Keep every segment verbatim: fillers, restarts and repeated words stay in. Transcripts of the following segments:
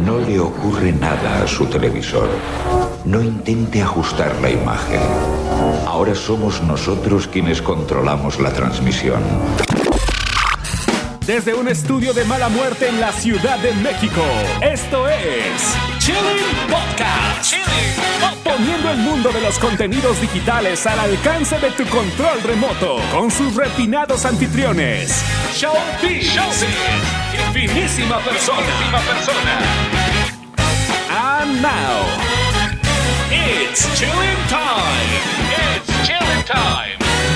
No le ocurre nada a su televisor. No intente ajustar la imagen. Ahora somos nosotros quienes controlamos la transmisión. Desde un estudio de mala muerte en la Ciudad de México, esto es Chilling Podcast. Chilling Podcast. Poniendo el mundo de los contenidos digitales al alcance de tu control remoto, con sus refinados anfitriones, Showbiz y finísima persona. Finísima persona. And now, it's Chilling Time. It's Chilling Time.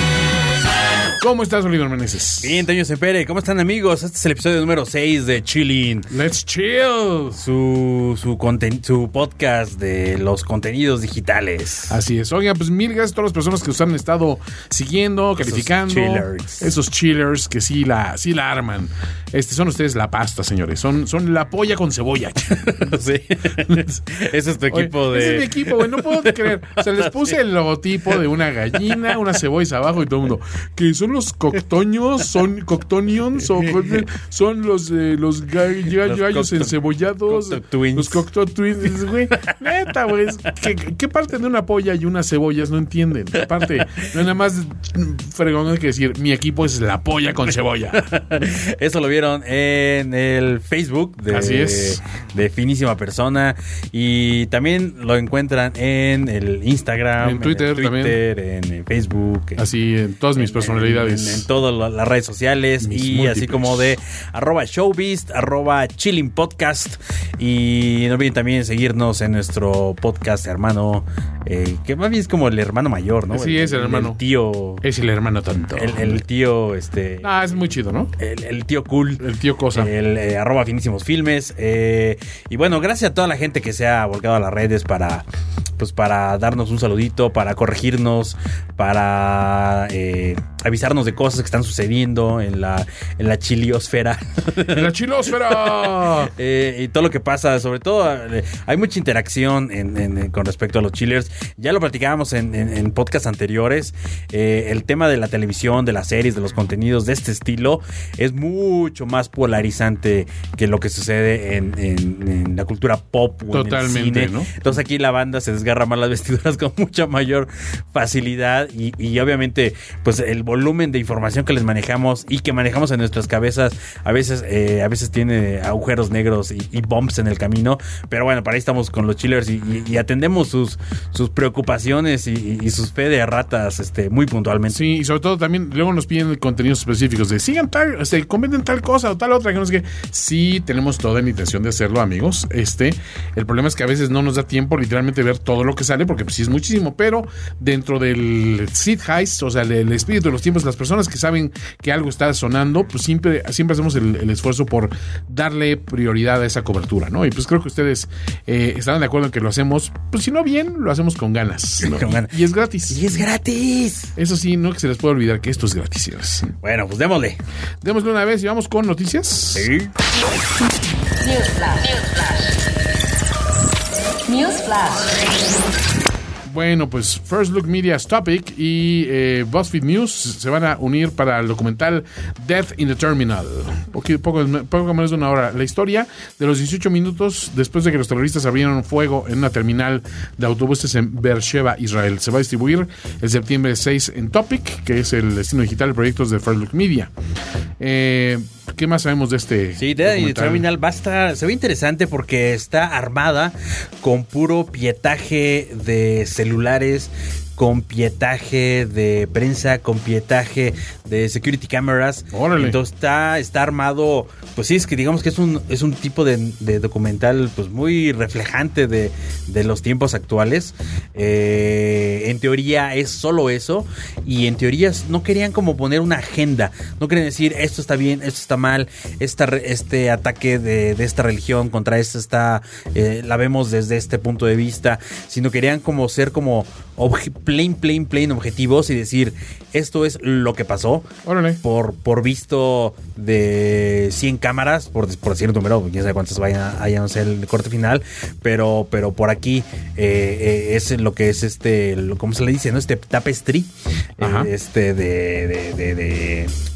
¿Cómo estás, Oliver Meneses? Bien, Toño Sempere. ¿Cómo están, amigos? Este es el episodio número seis de Chilling. Let's chill. Su, su, conten- su podcast de los contenidos digitales. Así es. Oigan, pues mil gracias a todas las personas que nos han estado siguiendo, calificando. Esos chillers. Esos chillers que sí la, sí la arman. Este, son ustedes la pasta, señores. Son, son la polla con cebolla. Sí. Ese es tu equipo. Oye, de... Ese es mi equipo, güey. No puedo creer. O sea, les puse el logotipo de una gallina, unas cebollas abajo y todo el mundo. Que son los coctoños, son coctonions, o son los, eh, los gall- gall- gallos cocto- encebollados. cocto twins. Los cocto twins, güey. Neta, güey. ¿Qué, ¿Qué parte de una polla y unas cebollas no entienden? Aparte, no es nada más fregón que decir, mi equipo es la polla con cebolla. Eso lo vieron en el Facebook de, Así es. de Finísima Persona. Y también lo encuentran en el Instagram, En Twitter en, el Twitter, en el Facebook. en- Así, en todas mis en- personalidades. En, en todas la- las redes sociales. Mis y múltiples. así como de arroba showbiz, arroba chilling podcast. Y no olviden también seguirnos en nuestro podcast hermano, eh, que más bien es como el hermano mayor, ¿no? Sí, es el hermano. El tío. Es el hermano tonto. El, el tío, este. Ah, es muy chido, ¿no? El, el tío cool. El tío cosa. El eh, arroba finísimos filmes. Eh, y bueno, gracias a toda la gente que se ha volcado a las redes para, pues, para darnos un saludito, para corregirnos, para eh, avisarnos de cosas que están sucediendo en la, en la chiliosfera. ¡En la chilosfera! Eh, y todo lo que pasa, sobre todo eh, hay mucha interacción en, en, con respecto a los chillers. Ya lo platicábamos en, en, en podcasts anteriores. Eh, el tema de la televisión, de las series, de los contenidos de este estilo es mucho más polarizante que lo que sucede en, en, en la cultura pop o Totalmente, en el cine, ¿no? Entonces aquí la banda se desgarra más las vestiduras con mucha mayor facilidad y, y obviamente pues el volumen de información que les manejamos y que manejamos en nuestras cabezas a veces eh, a veces tiene agujeros negros y, y bumps en el camino, pero bueno, para ahí estamos con los chillers y, y, y atendemos sus, sus preocupaciones y, y sus fe de ratas este, muy puntualmente. Sí, y sobre todo también luego nos piden contenidos específicos de sigan tal, este, comenten tal cosa o tal otra, que no sé qué. Sí, tenemos toda la intención de hacerlo, amigos. Este, el problema es que a veces no nos da tiempo literalmente ver todo lo que sale, porque pues sí es muchísimo, pero dentro del zeitgeist, o sea, el espíritu de los tiempos, las personas que saben que algo está sonando, pues siempre, siempre hacemos el, el esfuerzo por darle prioridad a esa cobertura, ¿no? Y pues creo que ustedes eh, estarán de acuerdo en que lo hacemos, pues si no bien, lo hacemos con ganas, ¿no? Con ganas. Y es gratis. Y es gratis. Eso sí, no que se les pueda olvidar que esto es gratis, señores. Bueno, pues démosle. Démosle una vez y vamos con noticias. Sí. Newsflash. Newsflash. Newsflash. Bueno, pues First Look Media's Topic y eh, BuzzFeed News se van a unir para el documental Death in the Terminal. Poco, poco, poco menos de una hora. La historia de los dieciocho minutos después de que los terroristas abrieron fuego en una terminal de autobuses en Beersheba, Israel. Se va a distribuir el septiembre seis en Topic, que es el destino digital de proyectos de First Look Media. Eh, ¿Qué más sabemos de este Sí, Death in the documental? Terminal va a estar, se ve interesante porque está armada con puro pietaje de celulares, con pietaje de prensa, con pietaje de security cameras. Órale. Entonces está, está armado, pues sí, es que digamos que es un, es un tipo de, de documental pues muy reflejante de, de los tiempos actuales. Eh, en teoría es solo eso, y en teoría no querían como poner una agenda, no querían decir esto está bien, esto está mal, esta, este ataque de, de esta religión contra esta está, eh, la vemos desde este punto de vista, sino querían como ser como obje, plain, plain, plain objetivos y decir esto es lo que pasó. Órale. Por, por visto de cien cámaras, por, por decir un número, quién sabe cuántas vayan a, vayan a ser el corte final, pero, pero por aquí eh, eh, es lo que es este, lo, ¿cómo se le dice? ¿No? Este tapestry, eh, este de, de, de, de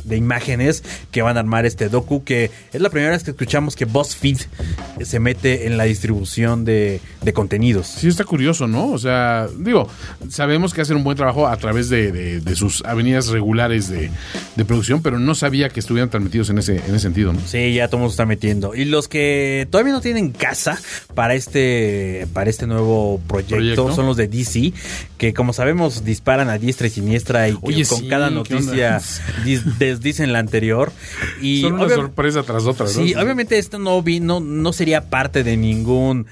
de imágenes que van a armar este docu, que es la primera vez que escuchamos que BuzzFeed se mete en la distribución de, de contenidos. Sí, está curioso, ¿no? O sea, digo, sabemos que hacen un buen trabajo a través de, de, de sus avenidas regulares de, de producción, pero no sabía que estuvieran tan metidos en ese, en ese sentido, ¿no? Sí, ya todo el mundo está metiendo. Y los que todavía no tienen casa para este, para este nuevo proyecto, ¿Proyecto? son los de D C, que como sabemos disparan a diestra y siniestra y Oye, con sí, cada noticia dis, desdicen la anterior. Y son una sorpresa tras otra, ¿no? Sí, obviamente esto no, vi, no, no sería parte de ningún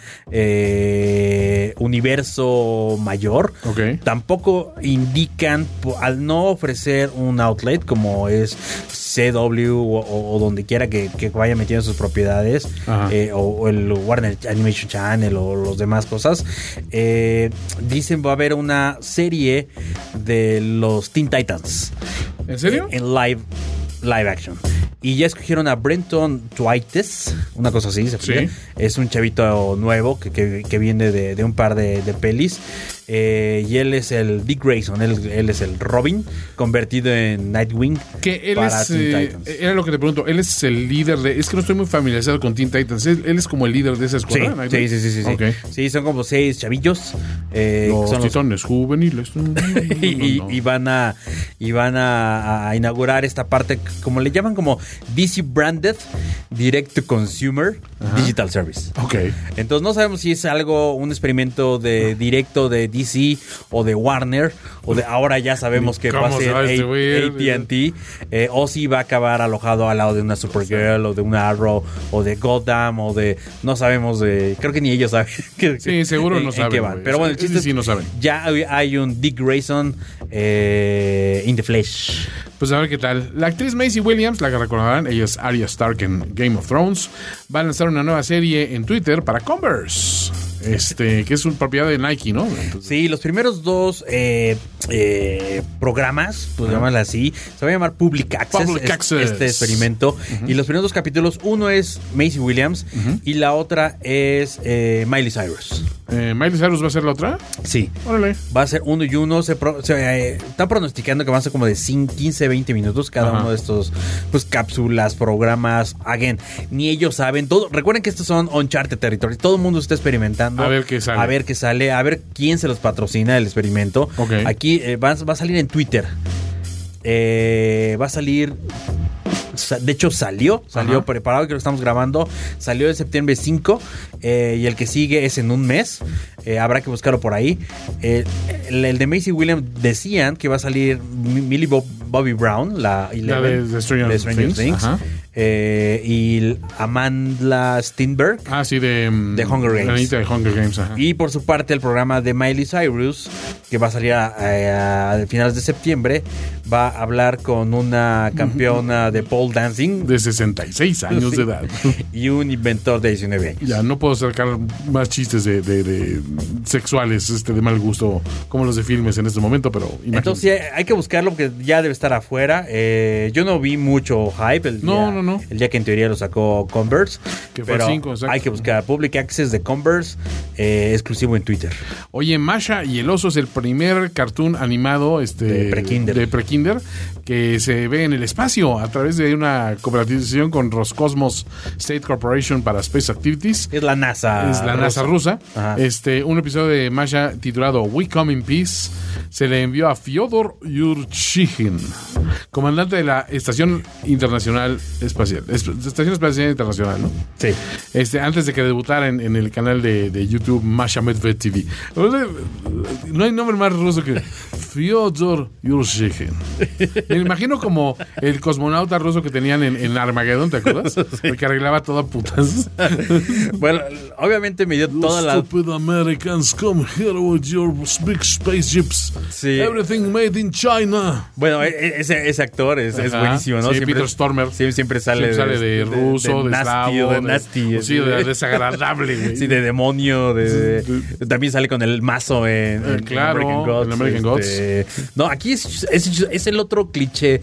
eh, universo mayor. Okay. Tampoco indican, al no ofrecer un outlet como es C W o, o donde quiera que, que vaya metiendo sus propiedades, eh, o, o el Warner Animation Channel o los demás cosas, eh, dicen va a haber una serie de los Teen Titans. ¿En serio? En, en live live action. Y ya escogieron a Brenton Thwaites, una cosa así, se ¿Sí? Es un chavito nuevo que, que, que viene de, de un par de, de pelis. Eh, y él es el Dick Grayson, él, él es el Robin, convertido en Nightwing. Que él para es, Teen eh, Titans. era lo que te pregunto, él es el líder de, es que no estoy muy familiarizado con Teen Titans, él, él es como el líder de esa Sí, escuadra. sí, sí, sí, sí, sí. Okay. Sí, son como seis chavillos. Eh, Los son titanes juveniles. No, no, no, y, no. y van a y van a, a inaugurar esta parte, como le llaman, como D C Branded Direct to Consumer Ajá. Digital Service. Ok. Entonces no sabemos si es algo, un experimento de directo de D C o de Warner, o de ahora ya sabemos que va a ser A T and T, eh, o si va a acabar alojado al lado de una Supergirl o de una Arrow o de Gotham o de, no sabemos de, creo que ni ellos saben. Que, Sí, seguro en, no en saben. qué van. Güey. Pero bueno, el Ese chiste sí es no saben. ya hay, hay un Dick Grayson eh, in the flesh. Pues a ver qué tal. La actriz Maisie Williams, la que recordarán, ella es Arya Stark en Game of Thrones, va a lanzar una nueva serie en Twitter para Converse. Este, que es una propiedad de Nike, ¿no? Entonces, Sí, los primeros dos eh, eh, programas, pues llamarla así, se va a llamar Public Access, Public es- Access. este experimento. Uh-huh. Y los primeros dos capítulos, uno es Maisie Williams uh-huh. y la otra es eh, Miley Cyrus. eh, ¿Miley Cyrus va a ser la otra? Sí. Órale. Va a ser uno y uno. Se, pro, se eh, está pronosticando que van a ser como de quince, veinte minutos cada Ajá. uno de estos, pues, cápsulas, programas. Again, ni ellos saben. Todo, recuerden que estos son Uncharted Territory. Todo el mundo está experimentando. A ver qué sale. A ver qué sale. A ver quién se los patrocina el experimento. Ok. Aquí eh, va, va a salir en Twitter. Eh, va a salir. De hecho salió, salió Ajá. preparado, que lo estamos grabando, salió el septiembre cinco, eh, y el que sigue es en un mes, eh, habrá que buscarlo por ahí. Eh, el, el de Maisie Williams decían que va a salir Millie Bob, Bobby Brown, la, La de, de Stranger, de Stranger Things. Things, Ajá. eh, y Amanda Steinberg. Ah, sí, de, mm, De Hunger Games. La niñita de Hunger Games, ajá. Y por su parte el programa de Miley Cyrus, que va a salir a, a, a finales de septiembre, va a hablar con una campeona de pole dancing De sesenta y seis años Sí. de edad. y un inventor de diecinueve años. Ya, no puedo sacar más chistes de, de, de sexuales este, de mal gusto como los de filmes en este momento, pero imagínate. Entonces sí, hay que buscarlo porque ya debe estar afuera. Eh, yo no vi mucho hype el No, día, no, no. el día que en teoría lo sacó Converse. Que fue pero el cinco, exacto. hay que buscar Public Access de Converse, eh, exclusivo en Twitter. Oye, Masha y el oso es el primer cartoon animado este, De prekinder. de prekinder que se ve en el espacio a través de una cooperativación con Roscosmos State Corporation para Space Activities. Es la NASA. Es la NASA rusa. Ajá. Este, un episodio de Masha titulado We Come in Peace se le envió a Fyodor Yurchikhin, comandante de la Estación Internacional Espacial. Es- Estación Espacial Internacional, ¿no? Sí. Este, antes de que debutara en, en el canal de, de YouTube Masha Medved T V. O sea, no hay nombre más ruso que Fyodor Yurchikhin. Me imagino como el cosmonauta ruso que tenían en, en Armageddon, ¿te acuerdas? El que arreglaba todo a putas. Bueno, obviamente me dio toda la... Stupid Americans come here with your big spaceships. Sí. Everything made in China. Bueno, e- e- ese, ese actor es, es Ajá. buenísimo, ¿no? Sí, Peter Stormer. Siempre, siempre sale, Siempre sale de, ruso, de, nasty, eslavo, de nasty, sí, de desagradable, güey. sí, de demonio, de, Sí, de- también sale con el mazo en, Eh, en claro, American Gods. en American Gods. este, no, aquí es, es, es el otro cliché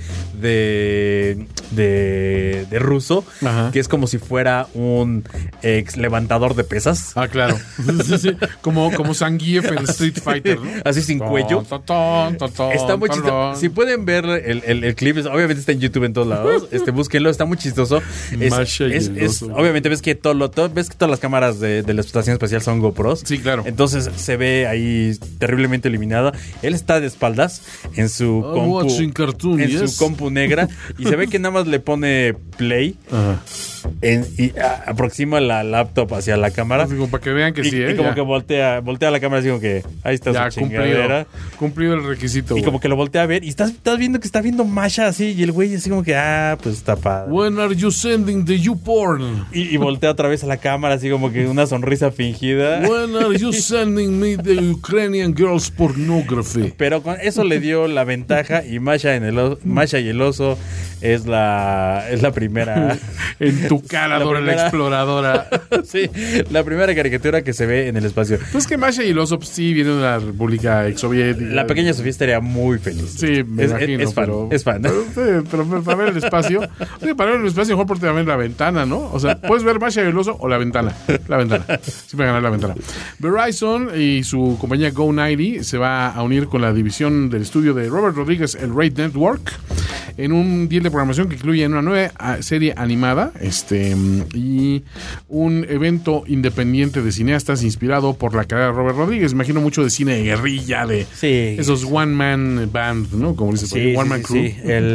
de, de, de ruso, Ajá. que es como si fuera un ex levantador de pesas. Ah, claro. Sí, sí. Como, como Zangief en Street Fighter, ¿no? Así sin Ton, cuello. ton, ton, ton, ton, Está muy ton, chistoso. ton. Si pueden ver ver el, el, el clip, obviamente está en YouTube en todos lados. Este, búsquenlo, está muy chistoso. Es, Masha y es, el es, oso. obviamente ves que todo lo, todo, ves que todas las cámaras de, de la estación espacial son GoPros. Sí, claro. Entonces se ve ahí terriblemente eliminada. Él está de espaldas en su I'm compu, watching cartoon, en yes. su compu negra y se ve que nada más le pone play Ajá. en, y a, aproxima la laptop hacia la cámara. Así como para que vean que y, sí, ¿eh? y como Ya. que voltea, voltea la cámara así como que ahí está Ya, su cumplido, chingadera. cumplido el requisito. Y güey. como que lo voltea a ver y estás, estás viendo que está viendo Masha así y el güey así como que, ah, pues está padre. When are you sending the YouPorn? Y, y voltea otra vez a la cámara así como que una sonrisa fingida. When are you sending me the Ukrainian girls pornography? Pero con eso le dio la ventaja y Masha, en el oso- Masha y el oso es la, es la primera... En tu cara, La Dora la primera- exploradora. sí, la primera caricatura que se ve en el espacio. Pues que Masha y el oso pues, sí vienen de la República Exsoviética. La pequeña Sofía estaría muy feliz. Sí, me es, imagino. es fan, pero, es fan. Pero, sí, pero para ver el espacio. Oye, para ver el espacio, mejor porque también la ventana, ¿no? O sea, puedes ver Masha y el oso o la ventana. La ventana. Siempre ganar la ventana. Verizon y su compañía Go noventa se va a unir con la división del estudio de Robert Rodríguez, el Raid Network, en un deal de programación que incluye una nueva ah, serie animada este y un evento independiente de cineastas inspirado por la carrera de Robert Rodríguez. Imagino mucho de cine de guerrilla, de Sí. esos one man band, ¿no? Como dice, Sí, one sí, man sí, crew. sí.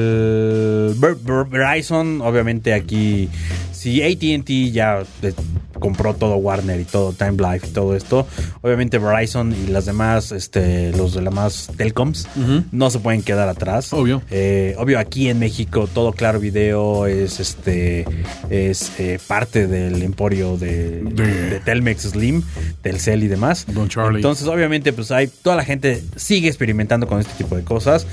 El Ver- Ver- Verizon, obviamente aquí, si A T and T ya eh, compró todo Warner y todo Time Life y todo esto, obviamente Verizon y las demás, este, los de las demás telcoms, no se pueden quedar atrás. Obvio. Eh, obvio, aquí en México todo Claro Video es este es eh, parte del emporio de, De- de Telmex Slim, Telcel y demás. Don Charlie. Entonces, obviamente, pues hay toda la gente sigue experimentando con este tipo de cosas.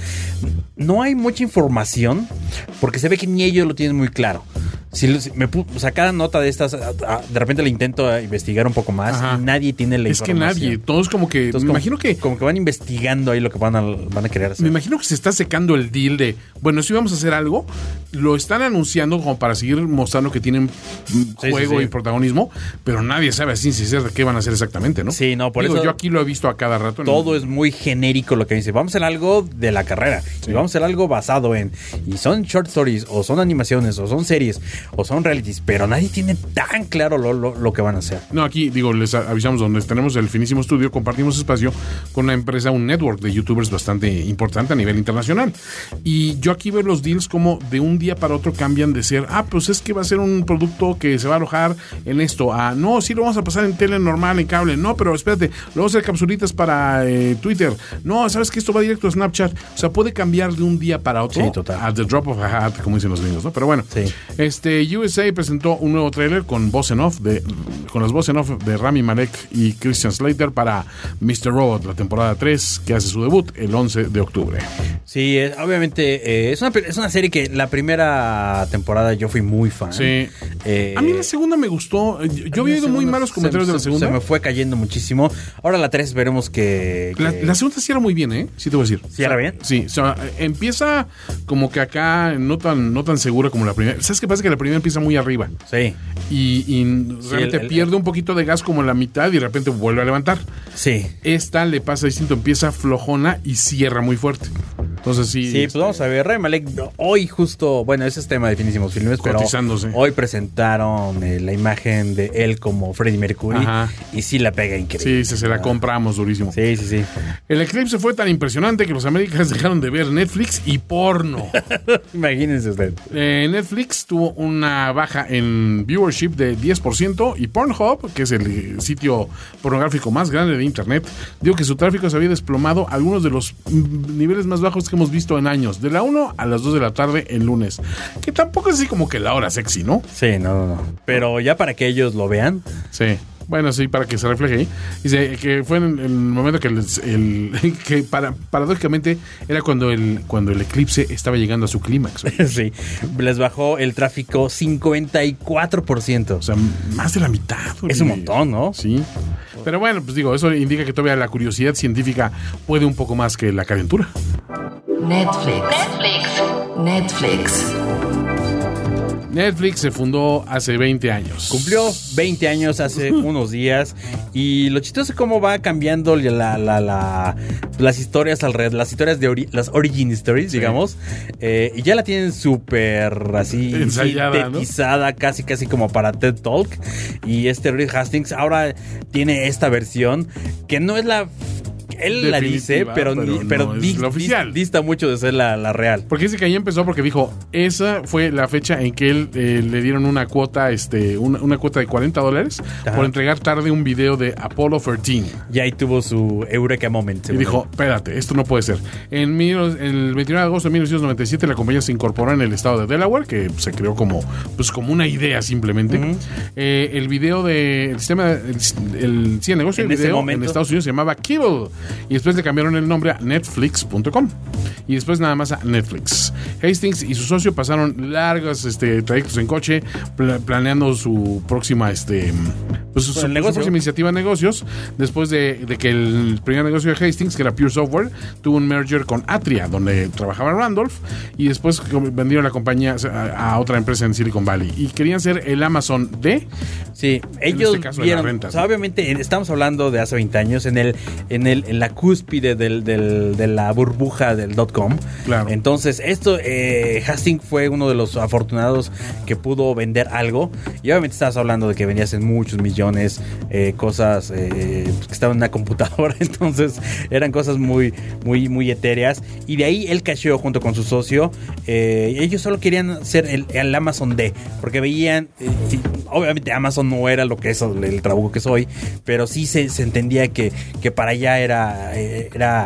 No hay mucha información porque se ve que ni ellos lo tienen muy claro. Si, si me pu- o sea, cada nota de estas, a- a- de repente le intento a investigar un poco más. Ajá. Y nadie tiene la Es que información. nadie, todos como que, Entonces, me como, imagino que como que van investigando ahí lo que van a, van a querer hacer. me imagino que se está secando el deal de, bueno, si vamos a hacer algo, lo están anunciando como para seguir mostrando que tienen mm, Sí, juego sí, sí. y protagonismo, pero nadie sabe así sin ser de qué van a hacer exactamente, ¿no? Sí, no, por Digo, eso- yo aquí lo he visto a cada rato. en- Todo es muy genérico lo que dice. Vamos a hacer algo de la carrera. Sí. Y vamos a hacer algo basado en. Y son short stories, o son animaciones, o son series, o son realities. Pero nadie tiene tan claro lo, lo, lo que van a hacer. No, aquí, digo, les avisamos, donde tenemos el finísimo estudio, compartimos espacio con una empresa, un network de youtubers bastante importante a nivel internacional. Y yo aquí veo los deals como de un día para otro cambian de ser, ah, pues es que va a ser un producto que se va a alojar en esto, ah, no, sí lo vamos a pasar en tele normal, en cable, no, pero espérate, lo vamos a hacer capsulitas para eh, Twitter, no, sabes que esto va directo a Snapchat, o sea, puede cambiar de un día para otro, Sí, total. at the drop of a hat, como dicen los gringos, ¿no? Pero bueno, Sí. este U S A presentó un nuevo tráiler con voz en off de con las voces en off de Rami Malek y Christian Slater para mister Robot, la temporada tres, que hace su debut el once de octubre. Sí, eh, obviamente eh, es, una, pe- es una serie que la primera temporada yo fui muy fan. Sí. Eh, A mí la segunda me gustó. Yo, yo había la oído muy segunda malos se- comentarios de la se- segunda. Se me fue cayendo muchísimo. Ahora la tres veremos que... La, que- la segunda cierra muy bien, ¿eh? Sí te voy a decir. ¿Cierra bien? Sí, o sea, empieza como que acá no tan, no tan segura como la primera. ¿Sabes qué pasa? Que la primera empieza muy arriba. Sí, Y, y realmente el- el- pierde un poquito de gas como en la mitad y de repente vuelve a levantar. sí. Esta le pasa distinto, empieza flojona y cierra muy fuerte. Entonces sí. Sí, pues vamos a ver. Rami Malek, hoy justo, bueno, ese es tema de Finísimos Filmes, pero Cotizándose. hoy presentaron eh, la imagen de él como Freddie Mercury Ajá. y sí la pega increíble. Sí, se, se la compramos durísimo. Sí, sí, sí. El eclipse fue tan impresionante que los americanos dejaron de ver Netflix y porno. Imagínense usted. Eh, Netflix tuvo una baja en viewership de diez por ciento y Pornhub, que es el eh, sitio pornográfico más grande de internet, dijo que su tráfico se había desplomado a algunos de los mm, niveles más bajos que hemos visto en años, de la una a las dos de la tarde el lunes, que tampoco es así como que la hora sexy, ¿no? Sí, no, no, no. Pero ya para que ellos lo vean, Sí. Bueno, sí, para que se refleje ahí. Dice que fue en el momento que el, el- que para, paradójicamente era cuando el cuando el eclipse estaba llegando a su clímax. O sí, les bajó el tráfico cincuenta y cuatro por ciento. sea, más de la mitad. Es un güey. montón, ¿no? Sí. Pero bueno, pues digo, eso indica que todavía la curiosidad científica puede un poco más que la calentura. Netflix. Netflix. Netflix. Netflix se fundó hace veinte años. Cumplió veinte años hace unos días. Y lo chistoso es cómo va cambiando la, la, la, las historias alrededor, las historias de ori- las origin stories, sí. digamos. Eh, y ya la tienen súper así ensayada, sintetizada, ¿no? casi casi como para TED Talk. Y este Reed Hastings ahora tiene esta versión que no es la... Él la dice, pero, pero, ni, pero no di, es la oficial. dista mucho de ser la, la real. Porque dice que ahí empezó porque dijo, esa fue la fecha en que él eh, le dieron una cuota, este, una, una cuota de cuarenta dólares Ajá. por entregar tarde un video de Apollo trece. Y ahí tuvo su eureka moment. Y dijo, espérate, esto no puede ser. En mil, el veintinueve de agosto de mil novecientos noventa y siete la compañía se incorporó en el estado de Delaware, que se creó como, pues, como una idea simplemente. Uh-huh. Eh, el video de el sistema, el, el, sí, el negocio de video en Estados Unidos se llamaba Kibble. Y después le cambiaron el nombre a Netflix punto com. Y después nada más a Netflix. Hastings y su socio pasaron largos este, trayectos en coche pl- planeando su próxima este, pues, su, su, su próxima iniciativa de negocios. Después de, de que el primer negocio de Hastings, que era Pure Software, tuvo un merger con Atria, donde trabajaba Randolph. Y después vendieron la compañía a, a otra empresa en Silicon Valley. Y querían ser el Amazon de... Sí, ellos este caso, vieron, rentas, o sea, obviamente estamos hablando de hace veinte años en el en el en la cúspide del, del, de la burbuja del dot-com. Claro. Entonces, esto eh, Hastings fue uno de los afortunados que pudo vender algo. Y obviamente estabas hablando de que vendías en muchos millones eh, cosas eh, que estaban en una computadora. Entonces, eran cosas muy muy muy etéreas. Y de ahí él casheó junto con su socio. Eh, ellos solo querían ser el, el Amazon D, porque veían eh, y, obviamente Amazon no era lo que es el trabajo que soy, pero sí se, se entendía que, que para allá era era,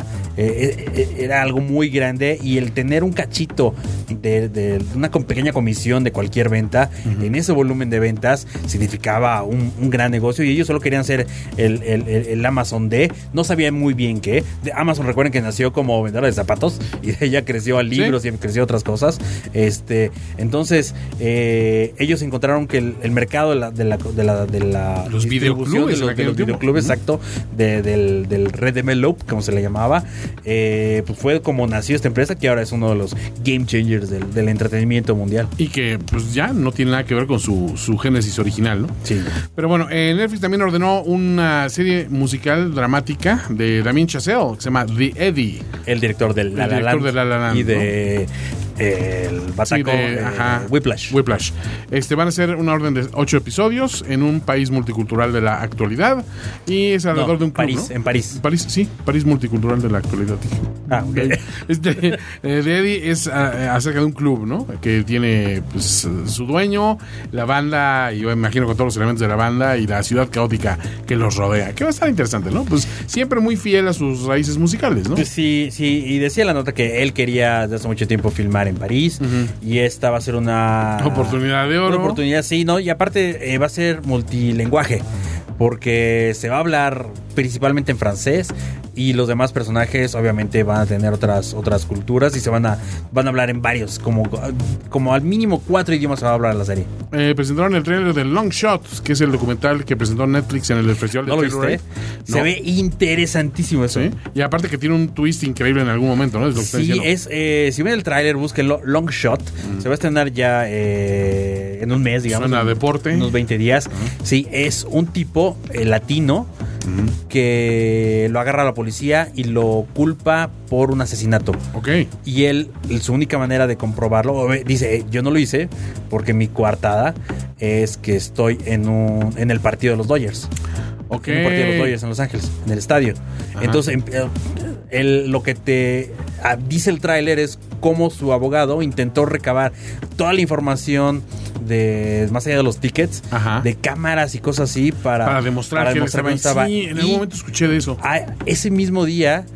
eh, era algo muy grande, y el tener un cachito de, de una pequeña comisión de cualquier venta uh-huh. en ese volumen de ventas significaba un, un gran negocio, y ellos solo querían ser el, el, el Amazon D. No sabían muy bien qué. De Amazon, recuerden que nació como vendedora de zapatos y de ella creció a libros ¿Sí? y creció a otras cosas. Este, entonces eh, ellos encontraron que el, el mercado de la, de la, de la, de la los videoclubes, de los, de los videoclubes, uh-huh. exacto, de, del, del Red M L O P, como se le llamaba, eh, pues fue como nació esta empresa, que ahora es uno de los game changers del, del entretenimiento mundial. Y que pues ya no tiene nada que ver con su, su génesis original, ¿no? Sí. Pero bueno, eh, Netflix también ordenó una serie musical dramática de Damien Chazelle, que se llama The Eddie. El director de La La Land. De La La Land, y de... ¿no? El bataco, sí, de, eh, ajá, Whiplash. Whiplash. Este, van a ser una orden de ocho episodios en un país multicultural de la actualidad, y es alrededor no, de un club, París, ¿no? en París. París, sí, París multicultural de la actualidad. Ah, okay. Este, eh, The Eddie es uh, acerca de un club, ¿no? Que tiene pues, su dueño, la banda, y yo imagino con todos los elementos de la banda y la ciudad caótica que los rodea. Que va a estar interesante, ¿no? Pues siempre muy fiel a sus raíces musicales, ¿no? Pues sí, sí, y decía la nota que él quería desde hace mucho tiempo filmar en París, uh-huh. y esta va a ser una oportunidad de oro. Una oportunidad, sí, ¿no? Y aparte eh, va a ser multilenguaje, porque se va a hablar principalmente en francés, y los demás personajes obviamente van a tener otras otras culturas, y se van a van a hablar en varios, como, como al mínimo cuatro idiomas se va a hablar en la serie. Eh, presentaron el trailer de Long Shot, que es el documental que presentó Netflix en el festival de ¿No lo viste? No. Se ve interesantísimo eso. ¿Sí? Y aparte que tiene un twist increíble en algún momento, ¿no? Es lo que sí, es, eh, si ven el trailer, búsquenlo, Long Shot. Mm. Se va a estrenar ya eh, en un mes, digamos. Suena a deporte. Unos veinte días. Uh-huh. Sí, es un tipo eh, latino uh-huh. que lo agarra a la policía y lo culpa por un asesinato. Ok. Y él, su única manera de comprobarlo, dice, yo no lo hice porque mi coartada es que estoy en un en el partido de los Dodgers. Ok. En un partido de los Dodgers en Los Ángeles, en el estadio. Ajá. Entonces, el, lo que te dice el tráiler es cómo su abogado intentó recabar toda la información de más allá de los tickets, Ajá. de cámaras y cosas así para, para demostrar, para que, demostrar él estaba. Sí, en algún momento escuché de eso. A ese mismo día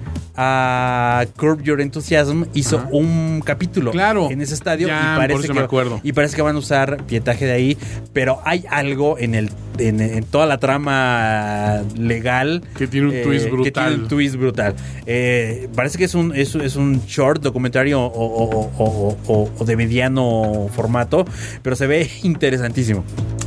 a Curb Your Enthusiasm hizo Ajá. un capítulo claro, en ese estadio, ya, y parece que me acuerdo. y parece que van a usar pietaje de ahí, pero hay algo en el en, en toda la trama legal que tiene un eh, twist brutal. Que tiene un twist brutal. Eh, parece que es un es, es un short documentario o, o, o, o, o de mediano formato, pero se ve interesantísimo.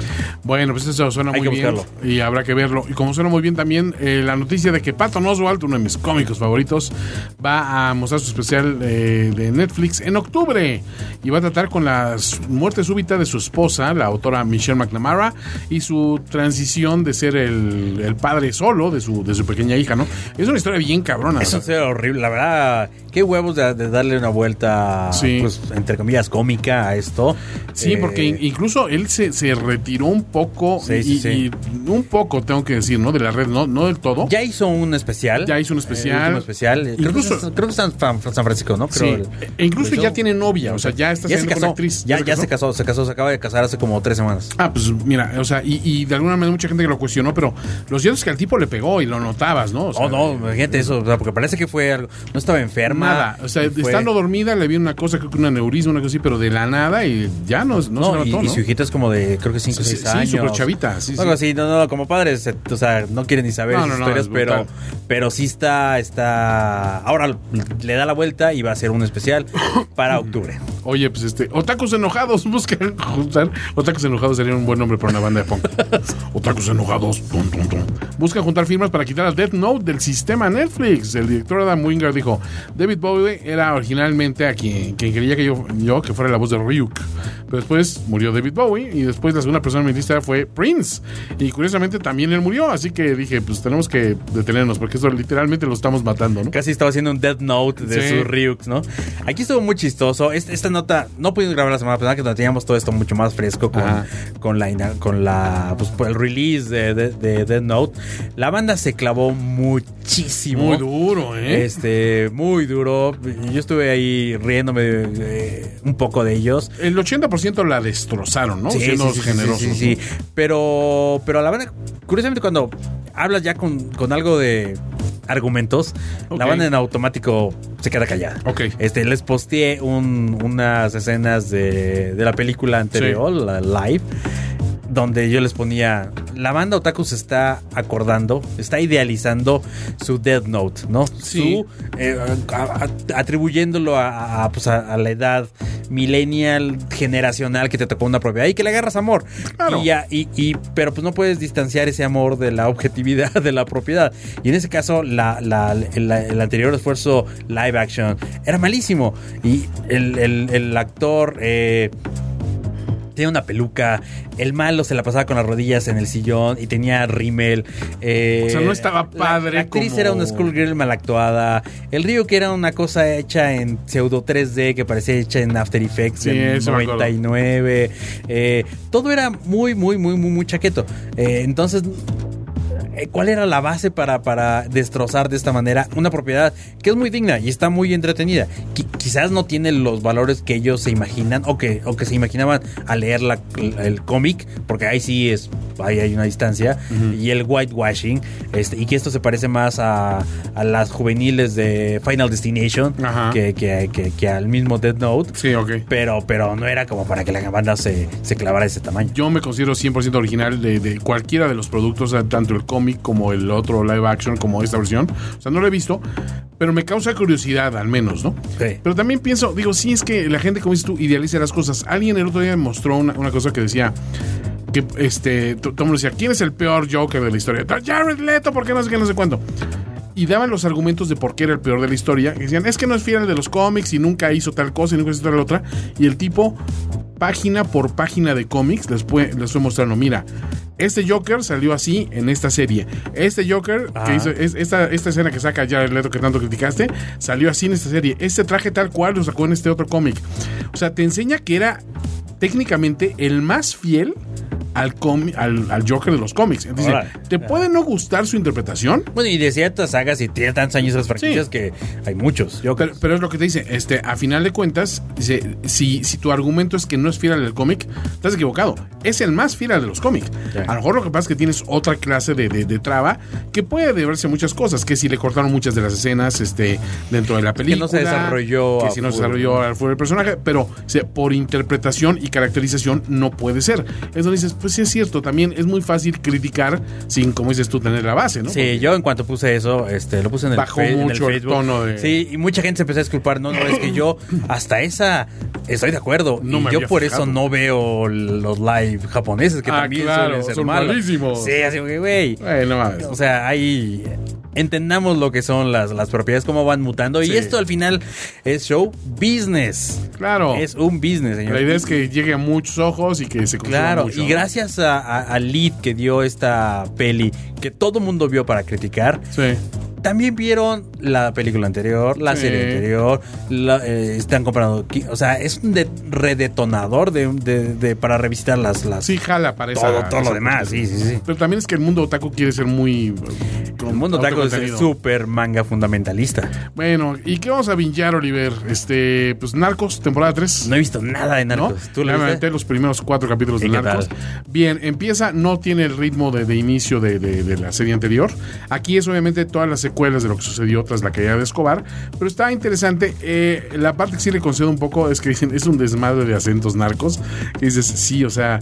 Bueno, pues eso suena Hay muy que bien buscarlo. y habrá que verlo. Y como suena muy bien también, eh, la noticia de que Patton Oswalt, uno de mis cómicos favoritos, va a mostrar su especial eh, de Netflix en octubre y va a tratar con la muerte súbita de su esposa, la autora Michelle McNamara, y su transición de ser el, el padre solo de su, de su pequeña hija, ¿no? Es una historia bien cabrona. Eso ¿verdad? es horrible, la verdad. Qué huevos de, de darle una vuelta, Sí. pues, entre comillas, cómica a esto. Sí, Eh, porque in- incluso él se, se retiró un poco, Sí, y, sí, sí. y un poco, tengo que decir, ¿no? De la red, no, no del todo. Ya hizo un especial. Ya hizo un especial. Eh, un especial. Creo que Incluso- es- creo que está en Fan- San Francisco, ¿no? Sí, Creo el- e incluso el ya show. tiene novia, o sea, ya está Ya se saliendo con casó. actriz. Ya, ya se casó, se casó, se acaba de casar hace como tres semanas. Ah, pues mira, o sea, y, y de alguna manera mucha gente que lo cuestionó, pero lo cierto es que al tipo le pegó y lo notabas, ¿no? O sea, Oh, no, imagínate eso, o sea, porque parece que fue algo. No estaba enferma. Nada, o sea, fue- estando dormida le vi una cosa, creo que un aneurisma, una cosa así, pero de la nada y ya no, no, No, se y, notó, y ¿no? su hijita es como de, creo que cinco o Sí, seis sí, años. súper chavita, sí, Algo sí. así, no, no, como padres, eh, o sea, no quieren ni saber No, esas no, no, historias, es pero, brutal. pero sí está, está, ahora le da la vuelta y va a hacer un especial para octubre. Oye, pues este, Otakus Enojados, buscan juntar. Otakus Enojados sería un buen nombre para una banda de punk. Otakus Enojados. Tum, tum, tum. Buscan juntar firmas para quitar a Death Note del sistema Netflix. El director Adam Wingard dijo: David Bowie era originalmente a quien, quien quería que yo, yo que fuera la voz de Ryuk. Pero después murió David Bowie y después la segunda persona en mi lista fue Prince. Y curiosamente también él murió. Así que dije, pues tenemos que detenernos porque esto literalmente lo estamos matando, ¿no? Casi estaba haciendo un Death Note de Sí. sus Ryuks, ¿no? Aquí estuvo muy chistoso. Este- Esta nota no pudimos grabar la semana pasada, que teníamos todo esto mucho más fresco con, Ajá. con la ina- con la pues, por el release de, de, de Death Note. La banda se clavó muchísimo. Muy duro, ¿eh? Este, muy duro. Yo estuve ahí riéndome eh, un poco de ellos. El ochenta por ciento la destrozaron, ¿no? Siendo generosos. sí, sí, sí. Pero, pero a la banda, curiosamente, cuando hablas ya con, con algo de argumentos, Ok. la banda en automático se queda callada. Ok. Este, les posteé un- unas escenas de, de la película anterior, la live, donde yo les ponía, la banda Otaku se está acordando, está idealizando su Death Note, ¿no? Sí. Su, eh, a- a- atribuyéndolo a, a, pues a- a la edad millennial, generacional que te tocó una propiedad y que le agarras amor. Claro. Y, ya- y, y- pero pues no puedes distanciar ese amor de la objetividad de la propiedad. Y en ese caso, la, la- el, el anterior esfuerzo live action era malísimo. Y el, el- el actor... Eh, tenía una peluca, el malo se la pasaba con las rodillas en el sillón y tenía rímel. eh, O sea, no estaba la- padre La, actriz como- era una schoolgirl mal actuada. El río que era una cosa hecha en pseudo tres D que parecía hecha en After Effects Sí, en eso me noventa y nueve. Eh, todo era muy, muy, muy, muy, muy chaqueto. Eh, entonces... eh, ¿Cuál era la base para, para destrozar de esta manera una propiedad que es muy digna y está muy entretenida? Qui- quizás no tiene los valores que ellos se imaginan o que, o que se imaginaban al leer la- el cómic, porque ahí sí es, ahí hay una distancia, y el whitewashing, este, y que esto se parece más a, a las juveniles de Final Destination Ajá. que, que, que, que al mismo Death Note. Sí, ok. Pero, pero no era como para que la banda se, se clavara de ese tamaño. Yo me considero cien por ciento original de, de cualquiera de los productos, o sea, tanto el cómic como el otro live action, como esta versión. O sea, no lo he visto, pero me causa curiosidad, al menos, ¿no? Sí. Pero también pienso, digo, sí, es que la gente, como dices tú, idealiza las cosas. Alguien el otro día me mostró una, una cosa que decía que, este, todo el mundo decía, ¿quién es el peor Joker de la historia? Jared Leto, ¿por qué no sé qué, no sé cuánto? Y daban los argumentos de por qué era el peor de la historia. Y decían, es que no es fiel al de los cómics y nunca hizo tal cosa y nunca hizo tal otra. Y el tipo, página por página de cómics, les fue, les fue mostrando, mira, este Joker salió así en esta serie. Este Joker, Ajá. que hizo, es, esta, esta escena que saca Jared Leto que tanto criticaste, salió así en esta serie. Este traje tal cual lo sacó en este otro cómic. O sea, te enseña que era técnicamente el más fiel al, cómic, al, al Joker de los cómics. Entonces, Órale. ¿te puede no gustar su interpretación? Bueno, y de ciertas sagas y tiene tantos años esas franquicias Sí. que hay muchos. Yo Pero, pero es lo que te dice, este, a final de cuentas, dice, si, si tu argumento es que no es fiel al del cómic, estás equivocado. Es el más fiel al de los cómics. Ya. A lo mejor lo que pasa es que tienes otra clase de, de, de traba que puede deberse a muchas cosas, que si le cortaron muchas de las escenas este, dentro de la película. no se desarrolló Que a si no se full. desarrolló al full el personaje, pero o sea, por interpretación y caracterización no puede ser. Es donde dices, pues sí es cierto, también es muy fácil criticar sin, como dices tú, tener la base, ¿no? Sí, porque yo en cuanto puse eso, este, lo puse en el, bajó fe, mucho en el el tono de... Sí, y mucha gente se empezó a disculpar. No, no, es que yo hasta esa estoy de acuerdo. No y me yo había por fijado. eso no veo los live japoneses, que Ah, también claro, suelen ser son malos. malísimos. Sí, así que, güey. Ay, no mames. O sea, hay... Entendamos lo que son las, las propiedades, cómo van mutando. Sí. Y esto al final es show business. Claro. Es un business, señor. La idea es que llegue a muchos ojos y que se consuma Claro, mucho, y ¿no? gracias a- a- al lead que dio esta peli, que todo mundo vio para criticar, Sí. también vieron la película anterior, la Sí. serie anterior, la- eh, están comprando, qui- o sea, es un de- redetonador de, de- de- para revisitar las, las Sí, jala para esa... todo, todo esa lo demás, cuestión. sí, sí, sí. Pero también es que el mundo otaku quiere ser muy... El mundo taco es autocontenido. súper manga fundamentalista. Bueno, ¿y qué vamos a bingear, Oliver? Este, pues Narcos, temporada tres. No he visto nada de ¿No? Narcos. ¿Tú Ya lo me viste? aventé los primeros cuatro capítulos de ¿Y qué Narcos. tal? Bien, empieza, no tiene el ritmo de, de inicio de, de- de la serie anterior. Aquí es obviamente todas las secuelas de lo que sucedió tras la caída de Escobar. Pero está interesante. Eh, la parte que sí le concedo un poco es que dicen, es un desmadre de acentos narcos. Que dices, sí, o sea,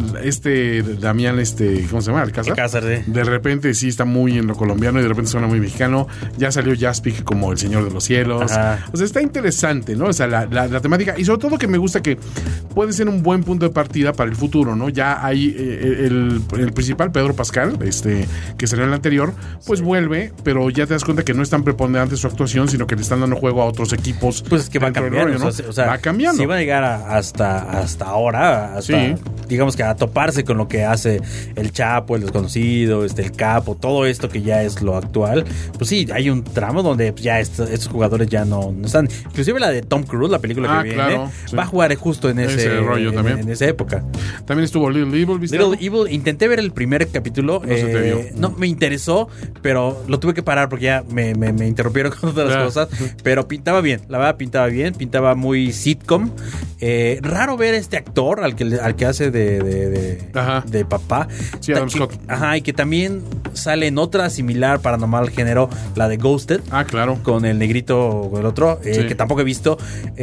este Damián, este, ¿cómo se llama? Alcázar. Alcázar, sí. De repente sí está muy en lo colombiano y de repente suena muy mexicano. Ya salió Jaspic como el Señor de los Cielos. Ajá. O sea, está interesante, ¿no? O sea, la, la- la temática. Y sobre todo que me gusta que puede ser un buen punto de partida para el futuro, ¿no? Ya hay eh, el, el principal, Pedro Pascal, este, que salió en el anterior, pues vuelve, pero ya te das cuenta que no es tan preponderante su actuación, sino que le están dando juego a otros equipos. Pues es que va dentro del cambiando, rollo, ¿no? o sea, o sea, va cambiando. Sí va a llegar a- hasta, hasta ahora, hasta, Sí. digamos que a toparse con lo que hace el Chapo, el Desconocido, este, el Capo, todo esto que ya es lo actual. Pues sí, hay un tramo donde ya est- estos jugadores ya no, no están. Inclusive la de Tom Cruise, la película Ah, que viene, claro, sí. va a jugar justo en ese, Ese rollo en, también. en esa época. También estuvo Little Evil, ¿viste? Little Evil, intenté ver el primer capítulo. No se te dio. No, me interesó, pero lo tuve que parar porque ya me, me- me interrumpieron con otras Claro. cosas. Pero pintaba bien, la verdad pintaba bien, pintaba muy sitcom. Eh, raro ver este actor al que, le- al que hace de, de, de, Ajá. de papá. Sí, Adam Que- Scott. Ajá, y que también sale en otra similar paranormal género, la de Ghosted. Ah, claro. Con el negrito o el otro, eh, Sí. que tampoco he visto.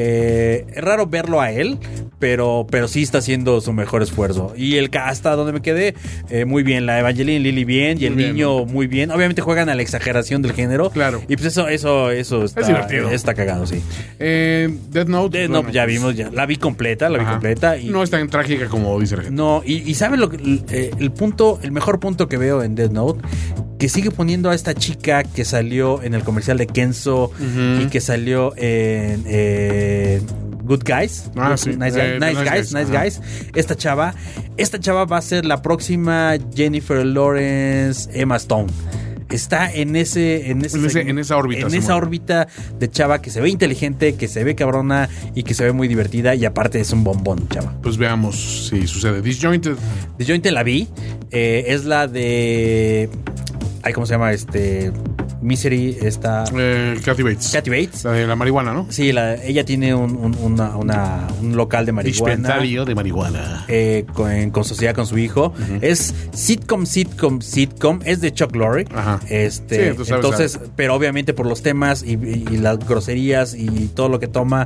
Eh, es raro verlo a él, pero, pero sí está haciendo su mejor esfuerzo. Y el ca- hasta donde me quedé, eh, muy bien. La Evangeline Lilly bien y el Muy bien, niño muy bien. Obviamente juegan a la exageración del género. Claro. Y pues eso, eso, eso está, divertido. está cagado, sí. Eh, Death Note. De- bueno, no, ya pues, vimos, ya la vi completa, la vi ajá. completa. Y, No es tan trágica como dice la gente. no, y, y ¿saben lo que eh, el punto, el mejor punto que veo en Death Note? Que sigue poniendo a esta chica que salió en el comercial de Kenzo Ujú. y que salió en eh, Good Guys. Ah, Good- sí. Nice, Eh, Guys, nice, Nice Guys, Guys, Nice ajá. Guys. Esta chava, esta chava va a ser la próxima Jennifer Lawrence, Emma Stone. Está en ese, en ese, En ese- en esa órbita en se esa mueve. órbita de chava que se ve inteligente, que se ve cabrona y que se ve muy divertida y aparte es un bombón, chava. Pues veamos si sucede. Disjointed. Disjointed la vi. eh, es la de. Ay, ¿cómo se llama? Este. Misery, esta. Eh, Kathy Bates. Kathy Bates. La de la marihuana, ¿no? Sí, la, ella tiene un, un- una- una- un local de marihuana. Dispensario de marihuana. eh, con, con sociedad con su hijo. Es sitcom, sitcom, sitcom. Es de Chuck Lorre. Ajá. Este, Sí, tú sabes, entonces, sabes. pero obviamente por los temas y, y- y las groserías y todo lo que toma,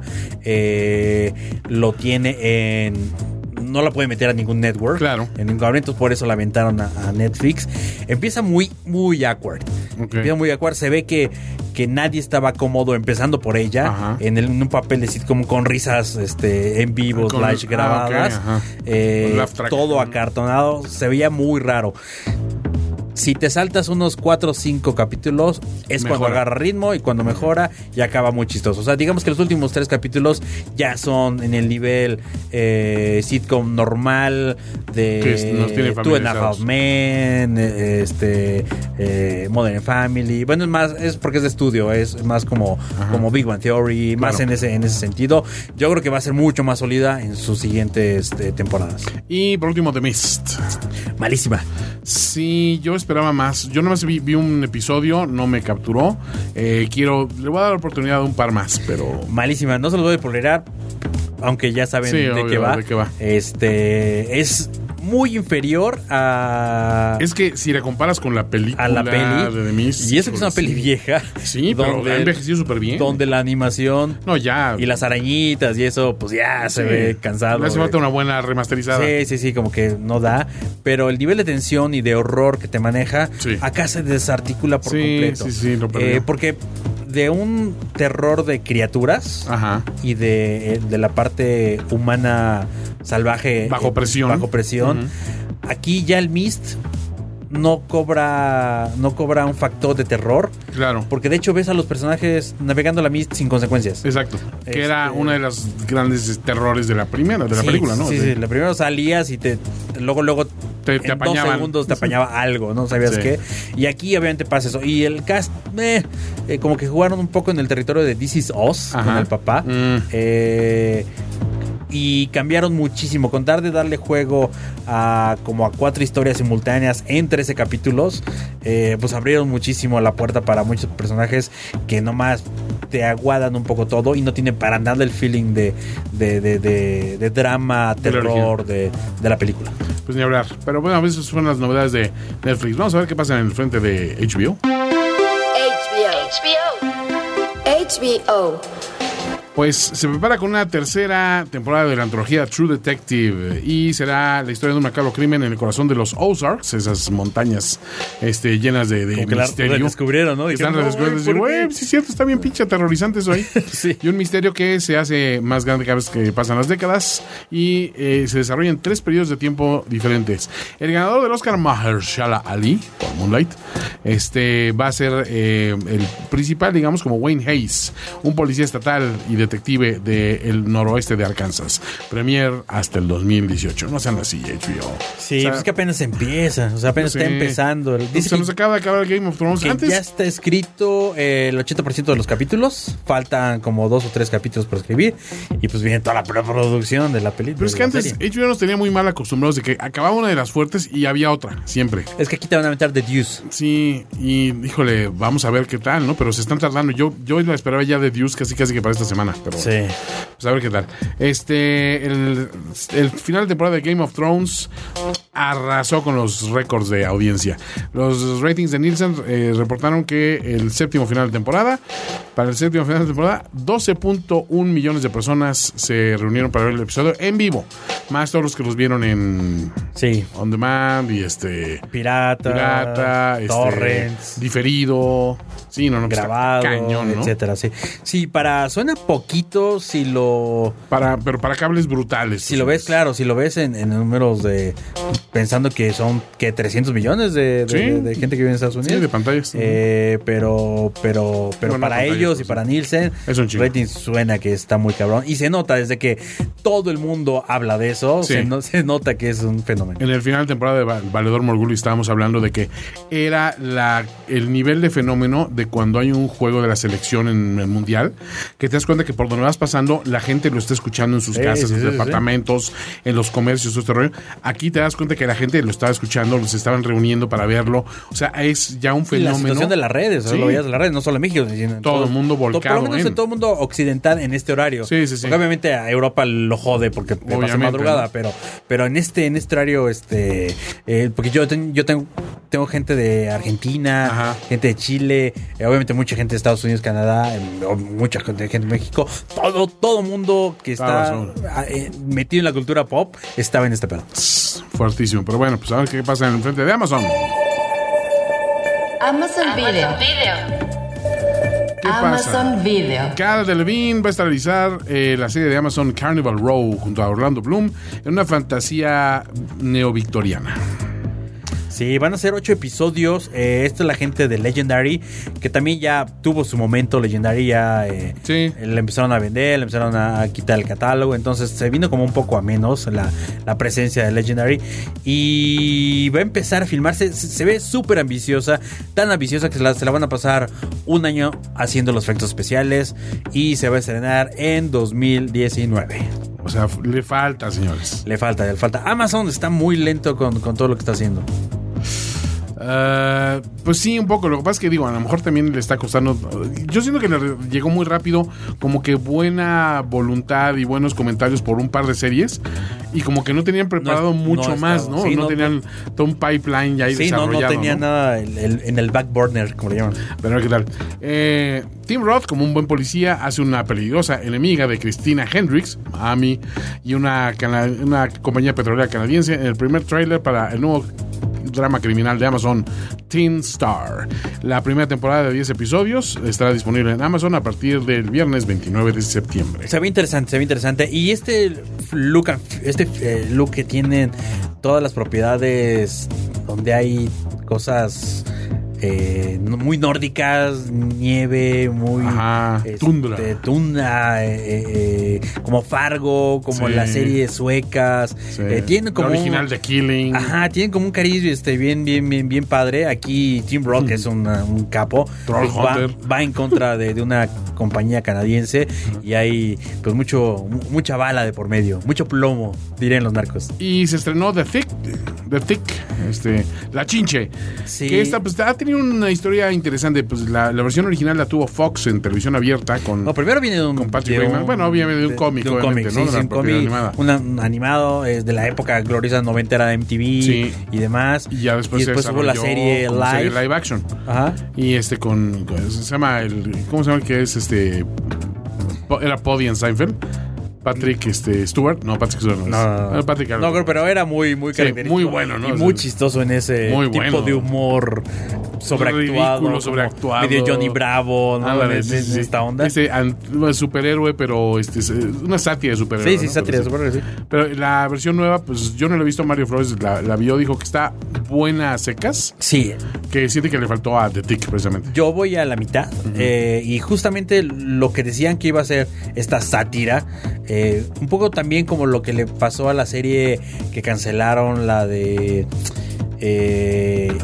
eh, lo tiene en. No la puede meter a ningún network. Claro. En ningún cable, entonces por eso la aventaron a, a Netflix. Empieza muy, muy awkward. Ok. Empieza muy awkward. Se ve que, que nadie estaba cómodo empezando por ella. Ajá. En, el- en un papel de sitcom con risas este, en vivo, Con- slash ah, grabadas. ok, ajá. Eh, Con laugh track. todo acartonado. Se veía muy raro. Si te saltas unos cuatro o cinco capítulos, es cuando Mejora. agarra ritmo y cuando mejora y acaba muy chistoso. O sea, digamos que los últimos tres capítulos ya son en el nivel eh, sitcom normal Que es- nos tiene de Two and a Half familiarizados. Men, eh, este, eh, Modern Family. Bueno, es más, es porque es de estudio, es más como, como Big Bang Theory, más Claro. en ese, en ese sentido. Yo creo que va a ser mucho más sólida en sus siguientes este, temporadas. Y por último, The Mist. Malísima. Sí, yo esperaba más. Yo nomás vi, vi un episodio, no me capturó. Eh, quiero, le voy a dar la oportunidad de un par más, pero Malísima, no se los voy a spoilerar, aunque ya saben Sí, de, obvio, qué va. de qué va. Este es muy inferior a... Es que si la comparas con la película a la peli, de The Mist, y eso que es una pues, peli vieja. Sí, pero donde, ha envejecido súper bien. Donde la animación no, ya, y las arañitas y eso, pues ya se sí, ve cansado. Le hace falta una buena remasterizada. Sí, sí, sí, como que no da. Pero el nivel de tensión y de horror que te maneja, sí. acá se desarticula por sí, completo. Sí, sí, lo perdió. Eh, porque de un terror de criaturas Ajá. y de, de la parte humana salvaje bajo eh, presión, bajo presión, uh-huh. aquí ya el Mist no cobra no cobra un factor de terror. Claro. Porque de hecho ves a los personajes navegando la Mist sin consecuencias. Exacto. Que este... era uno de los grandes terrores de la primera, de la sí, película, ¿no? Sí, sí, sí. La primera salías y te luego luego te, te en apañaban. dos segundos te apañaba algo, ¿no? ¿Sabías sí. qué? Y aquí obviamente pasa eso. Y el cast, eh, eh, como que jugaron un poco en el territorio de This Is Us, Ajá. con el papá. Mm. Eh... Y cambiaron muchísimo. Con dar de darle juego a como a cuatro historias simultáneas en trece capítulos, eh, pues abrieron muchísimo la puerta para muchos personajes que nomás te aguadan un poco todo y no tienen para nada el feeling de, de, de, de, de drama, terror de, de la película. Pues ni hablar. Pero bueno, a veces son las novedades de Netflix. Vamos a ver qué pasa en el frente de H B O. H B O. H B O. Pues se prepara con una tercera temporada de la antología True Detective y será la historia de un macabro crimen en el corazón de los Ozarks, esas montañas este, llenas de, de Como misterio. Que la redescubrieron, ¿no? Están redescubriendo. Güey, sí es cierto, está bien pinche aterrorizante eso ahí. Sí. Y un misterio que se hace más grande cada vez que pasan las décadas y eh, se desarrolla en tres periodos de tiempo diferentes. El ganador del Oscar, Mahershala Ali, por Moonlight, este, va a ser eh, el principal, digamos, como Wayne Hayes, un policía estatal y detective del noroeste de Arkansas. Premier hasta el dos mil dieciocho. No sean así, H B O. Sí, o sea, pues que apenas empieza. O sea, apenas sí. está empezando. Dice se nos acaba de acabar el Game of Thrones. Que Antes ya está escrito eh, el ochenta por ciento de los capítulos. Faltan como dos o tres capítulos por escribir. Y pues viene toda la preproducción de la película. Pero es que antes serie. H B O nos tenía muy mal acostumbrados de que acababa una de las fuertes y había otra, siempre. Es que aquí te van a meter The Deuce. Sí, y híjole, vamos a ver qué tal, ¿no? Pero se están tardando. Yo, yo la esperaba ya The Deuce casi casi que para esta semana. Pero sí. Pues a ver qué tal. Este, el, el final de temporada de Game of Thrones arrasó con los récords de audiencia. Los ratings de Nielsen eh, reportaron que el séptimo final de temporada, para el séptimo final de temporada, doce punto uno millones de personas se reunieron para ver el episodio en vivo. Más todos los que los vieron en sí. On Demand y este Pirata, Pirata este, Torrents, diferido, sí, no, no, grabado, cañón, ¿no? etcétera, sí. Sí, para suena poquito si lo para pero para cables brutales. Si lo ves, claro, si lo ves en, en números de pensando que son que trescientos millones de, de, sí. de, de gente que vive en Estados Unidos. Sí, de pantallas. Eh, pero pero pero bueno, para pantallas, ellos pues, y para Nielsen, es un chingo. Rating suena que está muy cabrón y se nota desde que todo el mundo habla de eso, sí. se, no, se nota que es un fenómeno. En el final de temporada de Valedor Morgullo estábamos hablando de que era la el nivel de fenómeno de cuando hay un juego de la selección en el mundial, que te das cuenta que por donde vas pasando la gente lo está escuchando en sus sí, casas, sí, en sus sí, departamentos, sí. en los comercios, todo este rollo. Aquí te das cuenta que la gente lo estaba escuchando, los estaban reuniendo para verlo. O sea, es ya un fenómeno. Y la situación de las redes, sí. lo veías de las redes, no solo en México, sino en todo el mundo volcado. Por lo menos en todo el mundo occidental en este horario. Sí, sí, sí. Porque obviamente a Europa lo jode porque te pasa madrugada, ¿no? pero pero en este en este horario este eh, porque yo ten, yo tengo tengo gente de Argentina, Ajá. gente de Chile, eh, obviamente mucha gente de Estados Unidos, Canadá, eh, mucha gente, gente de México, todo todo mundo que está eh, metido en la cultura pop estaba en este pedo. Fuertísimo, pero bueno, pues a ver qué pasa en el frente de Amazon. Amazon Video. ¿Qué Amazon pasa? Video. Cara Delevingne va a estelarizar eh, la serie de Amazon Carnival Row junto a Orlando Bloom en una fantasía neovictoriana. Sí, van a ser ocho episodios. Eh, esto es la gente de Legendary, que también ya tuvo su momento. Legendary ya eh, sí. le empezaron a vender, le empezaron a quitar el catálogo. Entonces se vino como un poco a menos la, la presencia de Legendary. Y va a empezar a filmarse. Se, se ve súper ambiciosa, tan ambiciosa que se la, se la van a pasar un año haciendo los efectos especiales. Y se va a estrenar en dos mil diecinueve. O sea, le falta, señores. Le falta, le falta. Amazon está muy lento con, con todo lo que está haciendo. Uh, pues sí, un poco. Lo que pasa es que digo, a lo mejor también le está costando. Yo siento que le llegó muy rápido, como que buena voluntad y buenos comentarios por un par de series, y como que no tenían preparado No, mucho no más, estaba, ¿no? sí, no, no, tenían todo un pipeline ya ahí Sí, no, desarrollado. no tenía ¿no? nada el, el, en el back burner, como le llaman. Pero ¿qué tal? Eh, Tim Roth, como un buen policía, hace una peligrosa enemiga de Christina Hendricks, Miami, y una, cana- una compañía petrolera canadiense en el primer tráiler para el nuevo drama criminal de Amazon, Teen Star. La primera temporada de diez episodios estará disponible en Amazon a partir del viernes veintinueve de septiembre. Se ve interesante, se ve interesante. Y este look, este eh, look que tienen todas las propiedades donde hay cosas eh, muy nórdicas, nieve, muy Ajá, tundra. este, tundra, eh, eh, como Fargo, como Sí. las series suecas. Sí. Eh, tienen como La original un- de Killing. Ajá, tienen como un cariz este, bien, bien, bien, bien padre. Aquí Tim Roth, que es una- un capo, Troll pues, va, Hunter. va en contra de, de una compañía canadiense y hay pues mucho mu- mucha bala de por medio, mucho plomo, dirían los narcos. Y se estrenó The Thick, The Thick, este, La Chinche. Sí. Que esta, pues, ha tenido una historia interesante. Pues la, la versión original la tuvo Fox en televisión abierta con. No, primero viene de un Con Patrick de Bateman. Bueno, obviamente de un cómic, de un obviamente, cómic, ¿no? sí, De sí, la un propiedad cómic, animada. una- un animado es de la época gloriosa noventera de M T V Sí. y demás. Y ya después, y después se hubo la desarrolló serie como live. serie live action. Ajá. Y este con, con- se llama el ¿cómo se llama el que es este Po- era Poddy en Seinfeld? Patrick este Stewart, no Patrick Stewart, no, No, es. no, no. Era Patrick No, creo, pero era muy, muy Sí, característico. muy bueno, ¿no? Y O sea, muy chistoso en ese muy tipo bueno. de humor sobreactuado. Ridículo, como sobreactuado. Medio Johnny Bravo, ¿no? Ándale, de, sí, de- sí, de esta onda. Ese an- superhéroe, pero este es, eh, una sátira de superhéroe. sí, sí, ¿no? sátira, Pero, supongo que sí. pero la versión nueva, pues yo no la he visto. Mario Flores la, la vio, dijo que está buena a secas, Sí, que siente que le faltó a The Tick precisamente. yo voy a la mitad eh, y justamente lo que decían que iba a ser esta sátira, eh, un poco también como lo que le pasó a la serie que cancelaron, la de... Eh,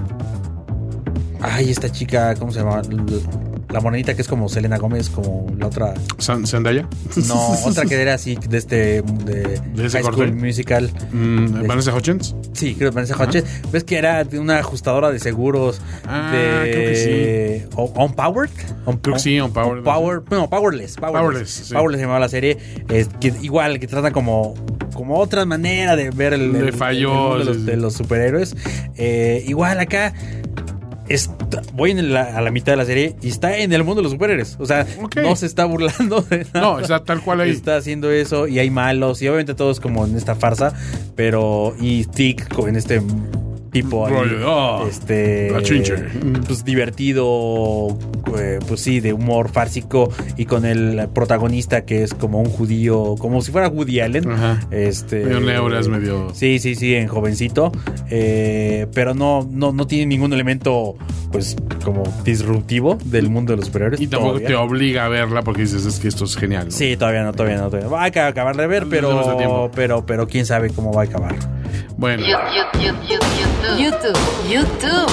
ay, esta chica, ¿cómo se llama? La morenita que es como Selena Gómez, como la otra... San- Zendaya. No, otra que era así de este... De, ¿De ese High corte? School Musical. Mm, Vanessa Hudgens. Sí, creo que Vanessa Hudgens. ¿Ves que era de una ajustadora de seguros? Ah, de, creo que sí. ¿Unpowered? Un, Creo que sí, Unpowered. Power, no, Powerless. Powerless, Powerless, sí. Powerless se llamaba la serie. Es que, igual, que trata como, como otra manera de ver el, Le el- falló, el mundo de, sí, los, sí. de los superhéroes. Eh, igual acá... Está- voy en la- a la mitad de la serie y está en el mundo de los superhéroes. O sea, Ok. no se está burlando de nada. No, está tal cual ahí. Está haciendo eso y hay malos y obviamente todo es como en esta farsa, pero y Tick en este tipo ahí, Rollo, oh, este la chinche. pues divertido, eh, pues sí, de humor fársico y con el protagonista que es como un judío, como si fuera Woody Allen, Ajá. este Medio neuras, medio- sí, sí, sí, en jovencito, eh, pero no, no, no tiene ningún elemento pues como disruptivo del mundo de los superhéroes. Y tampoco todavía. te obliga a verla porque dices, es que esto es genial, ¿no? Sí, todavía no, todavía no. Todavía. Va a acabar de ver, No tenemos el pero, tiempo. pero, pero quién sabe cómo va a acabar. Bueno, YouTube. YouTube.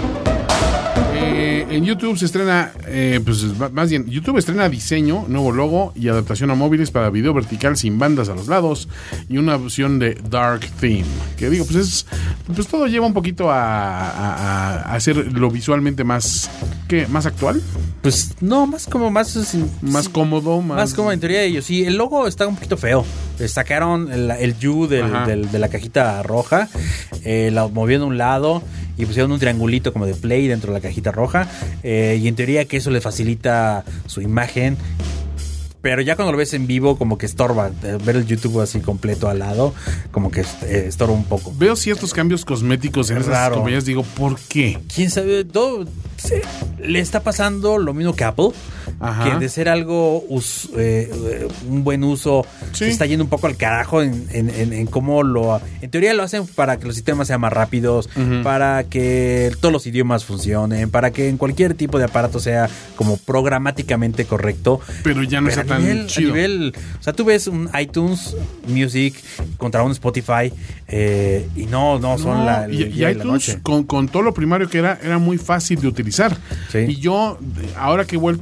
eh, en YouTube se estrena, eh, pues ma- más bien, YouTube estrena diseño, nuevo logo y adaptación a móviles para video vertical sin bandas a los lados y una opción de Dark Theme. Que digo, pues es, pues todo lleva un poquito a, a, a hacerlo visualmente más, ¿qué? ¿Más actual? Pues no, más como más... Más sí, cómodo, más... Más como en teoría ellos. Sí, el logo está un poquito feo. Eh, Sacaron el, el U del, Ajá. del- de la cajita roja, eh, la movieron a un lado y pusieron un triangulito como de play dentro de la cajita roja. eh, y en teoría que eso le facilita su imagen. Pero ya cuando lo ves en vivo, como que estorba. eh, Ver el YouTube así completo al lado, como que eh, estorba un poco. Veo ciertos cambios cosméticos en Es esas raro. compañías, digo, ¿por qué? Quién sabe, todo se- le está pasando lo mismo que Apple, Ajá. que de ser algo us- eh, eh, un buen uso Sí. se está yendo un poco al carajo en, en- en- en cómo lo en teoría lo hacen para que los sistemas sean más rápidos, Ujú. para que todos los idiomas funcionen, para que en cualquier tipo de aparato sea como programáticamente correcto. Pero ya no Pero está a tan nivel, chido. a nivel, o sea, tú ves un iTunes Music contra un Spotify eh, y no, no son No, la, el y, y día y la iTunes, noche. con, con todo lo primario que era, era muy fácil de utilizar. Sí. Y yo, ahora que he vuelto al iTunes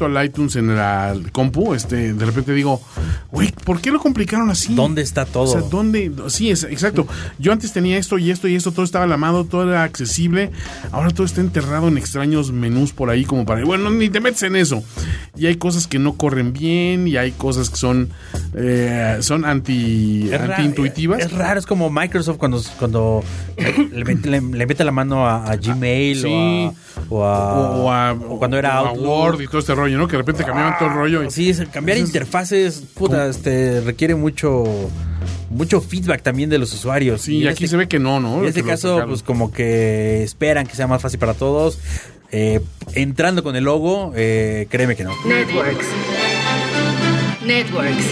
cartoons en la compu, este, de repente digo, güey, ¿por qué lo complicaron así? ¿Dónde está todo? O sea, ¿dónde? Sí, es, exacto. Yo antes tenía esto y esto y esto, todo estaba lamado, todo era accesible. Ahora todo está enterrado en extraños menús por ahí como para... Bueno, ni te metes en eso. Y hay cosas que no corren bien y hay cosas que son eh, son anti, Es anti-intuitivas. raro, es raro, es como Microsoft cuando, cuando le, mete, le, le mete la mano a, a Gmail Sí. o, a, o, a, o, o a, o cuando era o a Outlook. Word y todo este rollo, ¿no? Que de repente cambiaban todo el rollo. Y, Sí, es- cambiar Entonces, interfaces, puta, este, requiere mucho mucho feedback también de los usuarios. Sí, y en aquí este- se ve que no, ¿no? En este Que lo caso, sacaron. pues como que esperan que sea más fácil para todos. Eh, entrando con el logo, eh, créeme que no. Networks. Networks.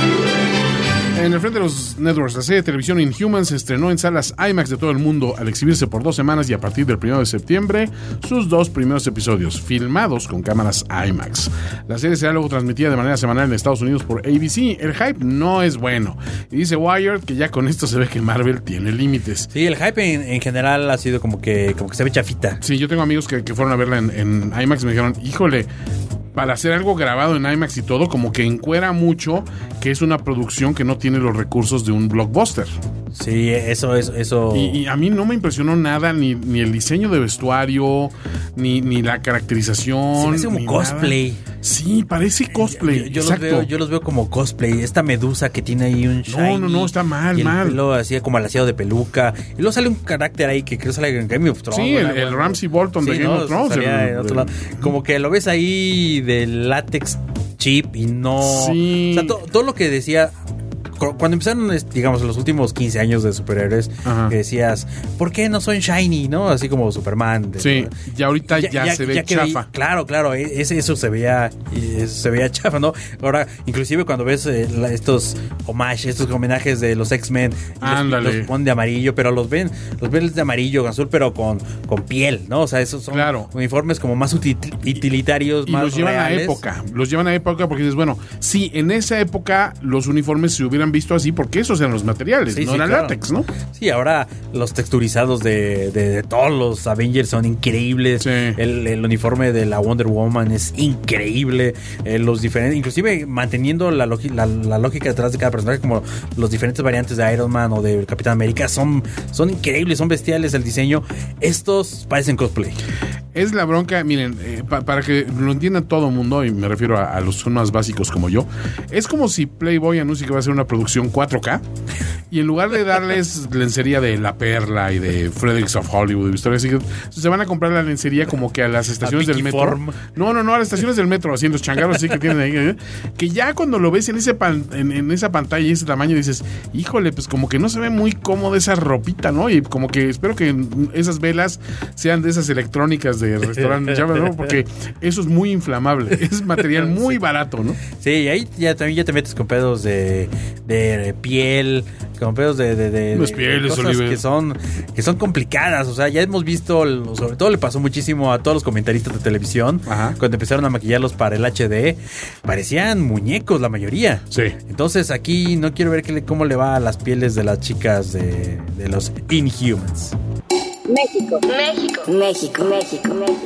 En el frente de los networks, la serie de televisión Inhumans se estrenó en salas IMAX de todo el mundo al exhibirse por dos semanas y a partir del primero de septiembre sus dos primeros episodios, filmados con cámaras IMAX. La serie será luego transmitida de manera semanal en Estados Unidos por A B C. El hype no es bueno. Y dice Wired que ya con esto se ve que Marvel tiene límites. Sí, el hype en, en general ha sido como que como que se ve chafita. Sí, yo tengo amigos que, que fueron a verla en, en IMAX y me dijeron, híjole, para hacer algo grabado en IMAX y todo, como que encuera mucho que es una producción que no tiene los recursos de un blockbuster. Sí, eso, eso, eso. Y, y a mí no me impresionó nada, ni, ni el diseño de vestuario, ni, ni la caracterización. Se me hace como ni cosplay. nada. Sí, parece cosplay. Yo, yo los exacto. veo, yo los veo como cosplay. Esta medusa que tiene ahí un shiny. no, no, está mal, y el mal. pelo así como alaciado de peluca. Y luego sale un carácter ahí que creo sale en Game of Thrones. Sí, el, ¿verdad? el Ramsay Bolton de Sí, Game ¿no? of Thrones. Salía el- en otro el- lado. Como que lo ves ahí de látex chip y no... Sí. O sea, to- todo lo que decía... cu- Cuando empezaron, es- digamos, los últimos quince años de superhéroes, Ajá. que decías, ¿por qué no son shiny, no? Así como Superman. de- Sí, y ahorita ya, se ve que chafa. veí- claro, claro, e- ese, eso se veía y eso se veía chafa, ¿no? Ahora, inclusive cuando ves eh, la- estos homages, estos homenajes de los X-Men, y los- Ándale. los ponen de amarillo, pero los ven, los ven de amarillo, azul, pero con, con piel, ¿no? O sea, esos son Claro. uniformes como más uti- utilitarios, Y más los llevan reales. a época, los llevan a época porque dices, bueno, sí, en esa época los uniformes se hubieran visto así porque esos eran los materiales, Sí, no sí, era claro. látex, ¿no? Sí, ahora los texturizados de, de- de todos los Avengers son increíbles. Sí. El, el uniforme de la Wonder Woman es increíble. Eh, los diferentes, inclusive manteniendo la, logi- la, la lógica detrás de cada personaje, como los diferentes variantes de Iron Man o de Capitán América, son, son increíbles, son bestiales el diseño. Estos parecen cosplay. Es la bronca, miren, eh, pa- para que lo entienda todo el mundo, y me refiero a, a los que son más básicos como yo, es como si Playboy anuncia que va a hacer una producción cuatro K y en lugar de darles lencería de La Perla y de Fredericks of Hollywood y Victoria's Secret, se van a comprar la lencería como que a las estaciones A del Vicky metro. Form. No, no, no, a las estaciones del metro, así en los changarros así que tienen ahí, eh, que ya cuando lo ves en ese pan- en, en esa pantalla y ese tamaño dices, híjole, pues como que no se ve muy cómodo esa ropita, ¿no? Y como que espero que esas velas sean de esas electrónicas de restaurante, ya, ¿no? Porque eso es muy inflamable, es material muy barato, ¿no? Sí, y ahí ya también ya te metes con pedos de, de piel, con pedos de, de, de, Las de pieles, cosas Oliver. que son que son complicadas. O sea, ya hemos visto, sobre todo le pasó muchísimo a todos los comentaristas de televisión, Ajá. cuando empezaron a maquillarlos para el H D, parecían muñecos la mayoría. Sí. Entonces aquí no quiero ver qué le- cómo le va a las pieles de las chicas de, de los Inhumans. México. México. México. México. México.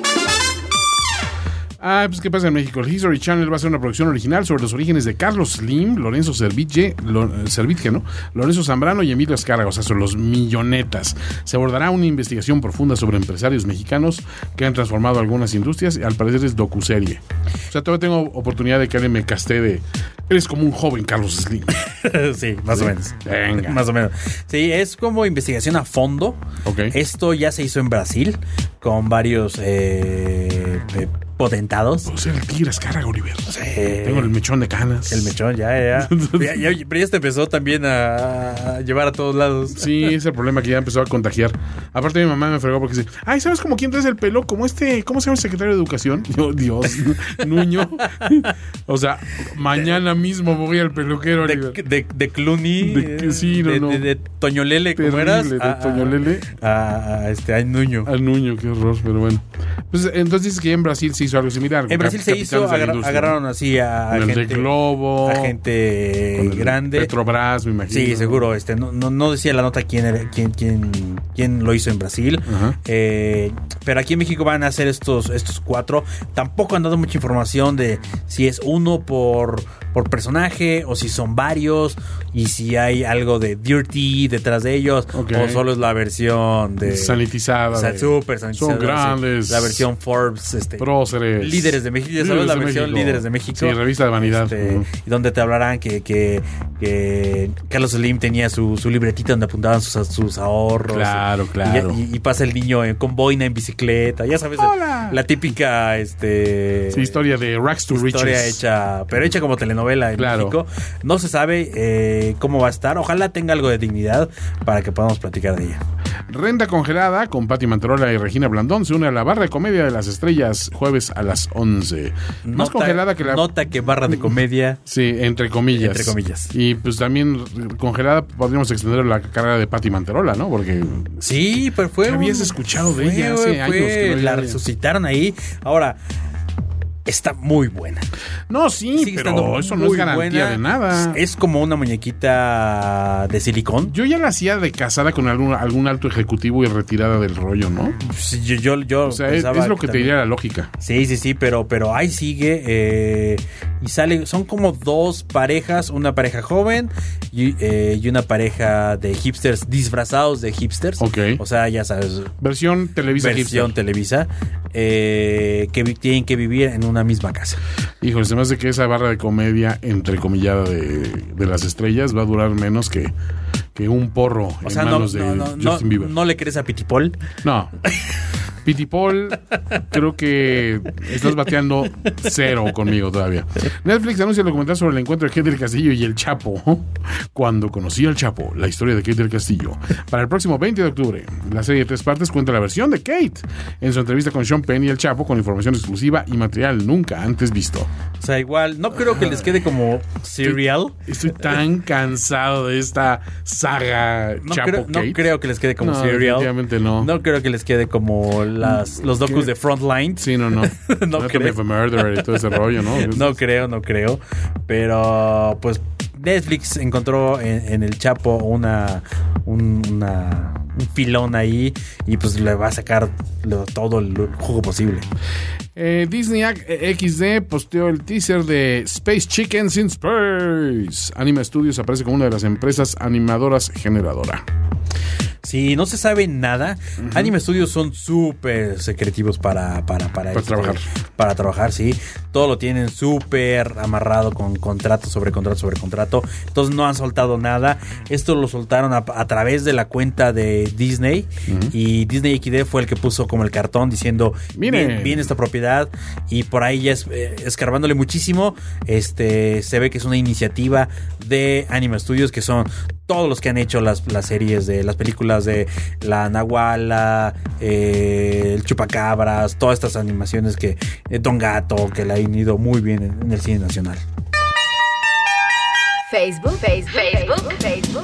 Ah, pues ¿qué pasa en México? El History Channel va a hacer una producción original sobre los orígenes de Carlos Slim, Lorenzo Servitje, Lo- Servitje, ¿no? Lorenzo Zambrano y Emilio Azcárraga, o sea, son los millonetas. Se abordará una investigación profunda sobre empresarios mexicanos que han transformado algunas industrias y al parecer es docuserie. O sea, todavía tengo oportunidad de que alguien me castee de eres como un joven Carlos Slim. Sí, más o menos. Venga. Más o menos. Sí, es como investigación a fondo. Ok. Esto ya se hizo en Brasil con varios eh, eh, potentados. Puedo ser el tigre Azcárraga, Oliver. Sí. Tengo el mechón de canas. El mechón, ya, ya. ya, ya pero ya te empezó también a, a llevar a todos lados. Sí, ese es el problema que ya empezó a contagiar. Aparte mi mamá me fregó porque dice, ay, ¿sabes como quién traes el pelo? Como este, ¿cómo se llama el secretario de Educación? Yo, Dios, Nuño. O sea, mañana mismo voy al peluquero, De, Oliver. de, de Clooney. De que sí, no, de, no. de, de Toñolele, ¿cómo Terrible, eras? de A- a- Toñolele. A, a este, a Nuño. Al Nuño, qué horror, pero bueno. Pues entonces dice que ya en Brasil se hizo hizo algo similar. En Brasil se hizo, agar, agarraron así a, a con gente, el de Globo, a gente grande. Petrobras, me imagino. Sí, seguro. Este, no, no, no decía la nota quién, era, quién, quién, quién lo hizo en Brasil. Uh-huh. Eh, pero aquí en México van a hacer estos, estos cuatro. Tampoco han dado mucha información de si es uno por, por personaje o si son varios y si hay algo de Dirty detrás de ellos, okay, o solo es la versión de sanitizada, o sea, de, super sanitizada, son grandes, sí, la versión Forbes, este, próceres, líderes de México, ya sabes, la versión México. Líderes de México, sí, revista de vanidad, este, uh-huh, y donde te hablarán que, que, que Carlos Slim tenía su, su libretita donde apuntaban sus, sus ahorros, claro, y, claro, y, y pasa el niño en, con boina en bicicleta, ya sabes, Hola. la típica este sí, historia de Rags to Riches, historia hecha, pero hecha como telenovela en claro. México. No se sabe eh, cómo va a estar. Ojalá tenga algo de dignidad para que podamos platicar de ella. Renta congelada con Pati Manterola y Regina Blandón se une a la barra de comedia de las estrellas jueves a las once. Nota, Más congelada que la... Nota que barra de comedia. Sí, entre comillas. Entre comillas. Y pues también congelada podríamos extender la carrera de Pati Manterola, ¿no? Porque... Sí, pero fue... ¿Qué habías un... escuchado de fue, ella hace fue, años? Que no la resucitaron ahí. Ahora... Está muy buena. No, sí, Sigue pero eso no es garantía buena. de nada. Es como una muñequita de silicón. Yo ya la hacía de casada con algún, algún alto ejecutivo y retirada del rollo, ¿no? Sí, yo, yo, yo o sea, es, es lo que, que te diría la lógica. Sí, sí, sí, pero, pero ahí sigue. Eh, y sale, son como dos parejas, una pareja joven y, eh, y una pareja de hipsters disfrazados de hipsters. Ok. O sea, ya sabes. Versión Televisa Versión hipster. Televisa. Eh, que vi- tienen que vivir en una misma casa. Híjole, se me hace que esa barra de comedia entrecomillada de, de las estrellas va a durar menos que, que un porro O en sea, no, manos no, de no, Justin no, Bieber. no le crees a Pitipol. No. Pitipol, creo que estás bateando cero conmigo todavía. Netflix anuncia el documental sobre el encuentro de Kate del Castillo y el Chapo. Cuando conocí al Chapo, la historia de Kate del Castillo. Para el próximo veinte de octubre, la serie de tres partes cuenta la versión de Kate en su entrevista con Sean Penn y el Chapo con información exclusiva y material nunca antes visto. O sea, igual, no creo que les quede como serial. Estoy, estoy tan cansado de esta saga No, Chapo creo, Kate. no creo que les quede como No, serial. definitivamente no. No creo que les quede como las, los docus de Frontline. Sí, no, no. No Anatomy creo. of a Murderer y todo ese rollo, ¿no? No creo, no creo. Pero, pues, Netflix encontró en, en el Chapo una, un, una un filón ahí y pues le va a sacar lo, todo el jugo posible. Eh, Disney X D posteó el teaser de Space Chickens in Space. Anima Studios aparece como una de las empresas animadoras generadora. Sí, no se sabe nada. Uh-huh. Anime Studios son súper secretivos para para para, para este, trabajar. Para trabajar, sí. Todo lo tienen súper amarrado con contrato sobre contrato sobre contrato. Entonces no han soltado nada. Esto lo soltaron a, a través de la cuenta de Disney. Uh-huh. Y Disney X D fue el que puso como el cartón diciendo bien, bien esta propiedad. Y por ahí ya es, eh, escarbándole muchísimo. Este se ve que es una iniciativa de Anime Studios, que son todos los que han hecho las, las series de las películas de la Nahuala, eh, el Chupacabras, todas estas animaciones que eh, Don Gato, que le han ido muy bien en, en el cine nacional. Facebook, Facebook, Facebook, Facebook.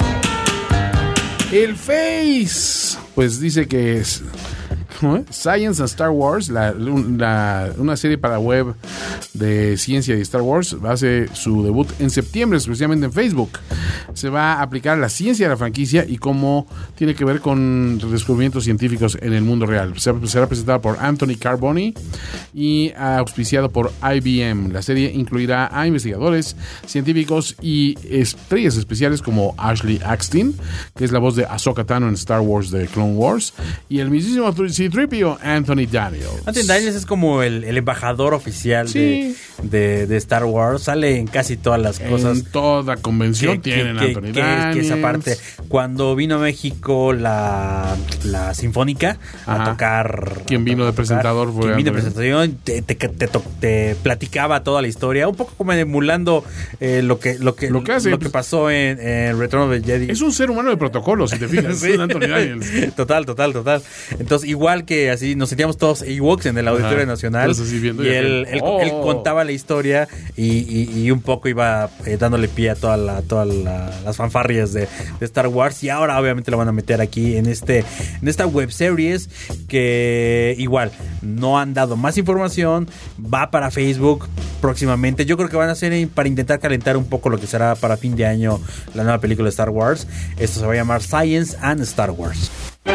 El Face, pues dice que es ¿no? Science and Star Wars, la, la, una serie para web de ciencia y Star Wars, hace su debut en septiembre, exclusivamente en Facebook. Se va a aplicar la ciencia de la franquicia y cómo tiene que ver con descubrimientos científicos en el mundo real. Será presentada por Anthony Carboni y auspiciado por I B M. La serie incluirá a investigadores, científicos y estrellas especiales como Ashley Axton, que es la voz de Ahsoka Tano en Star Wars de Clone Wars, y el mismísimo C tres P O, Anthony Daniels. Anthony Daniels es como el, el embajador oficial sí. de, de, de Star Wars. Sale en casi todas las cosas. En toda convención que, tienen que, Anthony que, Daniels. Que, que esa parte. Cuando vino a México la, la Sinfónica Ajá. a tocar. Quien vino de presentador fue. Quien vino de presentación, te, te, te, te, te platicaba toda la historia. Un poco como emulando eh, lo que lo que, lo que, hace, lo que pasó en, en Return of the Jedi. Es un ser humano de protocolo, si te fijas. Sí. Es Anthony Daniels. Total, total, total. Entonces, igual tal que así nos sentíamos todos Ewoks en el Auditorio Ajá. Nacional. Entonces, así viendo y y él, aquel, él, oh. él contaba la historia y, y, y un poco iba eh, dándole pie a todas la, toda la, las fanfarrias de, de Star Wars. Y ahora obviamente lo van a meter aquí en este en esta web series que igual no han dado más información. Va para Facebook próximamente. Yo creo que van a hacer para intentar calentar un poco lo que será para fin de año la nueva película de Star Wars. Esto se va a llamar Science and Star Wars.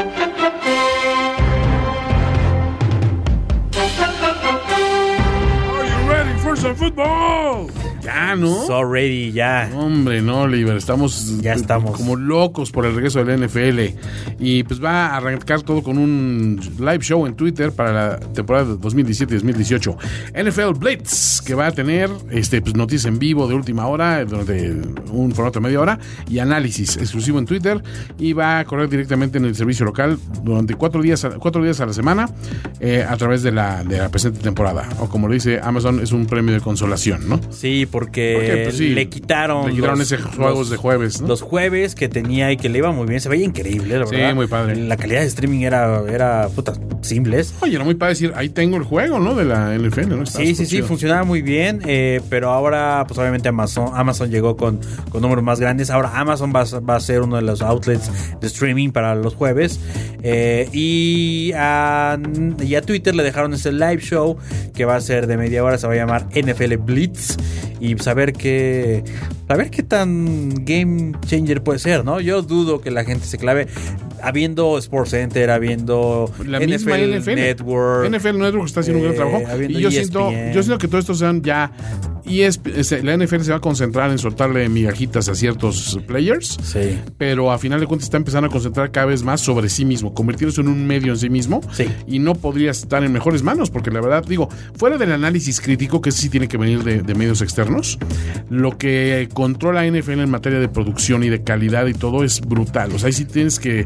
Are you ready for some football? Ya, ¿no? So ready, ya. Hombre, no, Oliver, estamos, Ya estamos. como locos por el regreso del N F L. Y pues va a arrancar todo con un live show en Twitter para la temporada dos mil diecisiete dos mil dieciocho. N F L Blitz, que va a tener este, pues, noticias en vivo de última hora, durante un formato de media hora, y análisis exclusivo en Twitter. Y va a correr directamente en el servicio local durante cuatro días a, cuatro días a la semana eh, a través de la, de la presente temporada. O como lo dice Amazon, es un premio de consolación, ¿no? Sí, porque, Porque, pues, sí, le quitaron le quitaron los, ese juegos los- de jueves, ¿no? los jueves que tenía y que le iba muy bien, se veía increíble, la Sí, verdad. muy padre. La calidad de streaming era, era puta, simples. Oye, era muy padre decir, ahí tengo el juego, ¿no? De la N F L, ¿no? Está Sí, sí, súper sí, chido. funcionaba muy bien, eh, pero ahora, pues obviamente Amazon Amazon llegó con, con números más grandes. Ahora Amazon va, a- va a ser uno de los outlets de streaming para los jueves. Eh, y, a, y a Twitter le dejaron ese live show que va a ser de media hora, se va a llamar N F L Blitz. Y saber qué, saber qué tan game changer puede ser, ¿no? Yo dudo que la gente se clave. Habiendo SportsCenter, habiendo La N F misma L N F L Network. N F L Network está haciendo un eh, gran trabajo. habiendo Y yo E S P siento, N. yo siento que todo esto sean ya. Y es, es- la N F L se va a concentrar en soltarle migajitas a ciertos players. Sí. Pero a final de cuentas está empezando a concentrar cada vez más sobre sí mismo, convirtiéndose en un medio en sí mismo. Sí. Y no podría estar en mejores manos, porque la verdad, digo, fuera del análisis crítico, que sí tiene que venir de, de medios externos, lo que controla N F L en materia de producción y de calidad y todo es brutal. O sea, ahí sí tienes que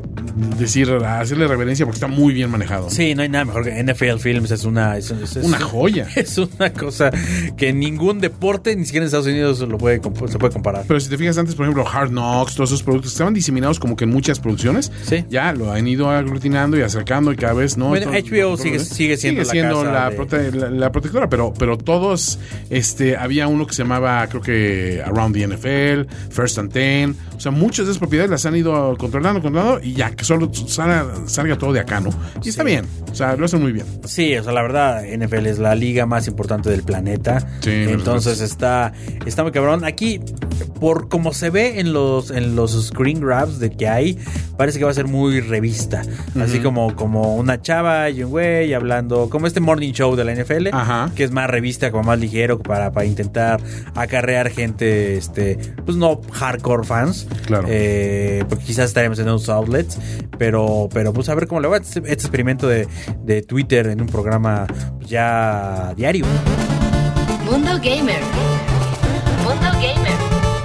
decir, hacerle reverencia porque está muy bien manejado. Sí, no hay nada mejor que N F L Films. Es una, es, es- es- Una joya. Es una cosa que ningún deporte, ni siquiera en Estados Unidos, lo puede, comp- se puede comparar. Pero si te fijas antes, por ejemplo, Hard Knocks, todos esos productos estaban diseminados como que en muchas producciones. Sí. Ya lo han ido aglutinando y acercando y cada vez no. Bueno, Esto- H B O esto- sigue- sigue siendo la siendo casa la, de- prote- la- la protectora, pero, pero todos, este, había uno que se llamaba, creo que Around the N F L, First and Ten. O sea, muchas de esas propiedades las han ido controlando, controlando y ya que solo salga, salga todo de acá, ¿no? Y está bien. O sea, lo hacen muy bien. Sí, o sea, la verdad, N F L es la liga más importante del planeta. Sí, Entonces verdad. está, está muy cabrón. Aquí, por como se ve en los, en los screen grabs de que hay, parece que va a ser muy revista. Así como, como una chava y un güey hablando, como este morning show de la N F L, Ajá. que es más revista, como más ligero para, para intentar acarrear gente, este, pues no hardcore fans. Claro. Eh, porque quizás estaremos en unos outlets, pero, pero pues a ver cómo le va este, este experimento de, de Twitter en un programa ya diario. Mundo Gamer. Mundo Gamer.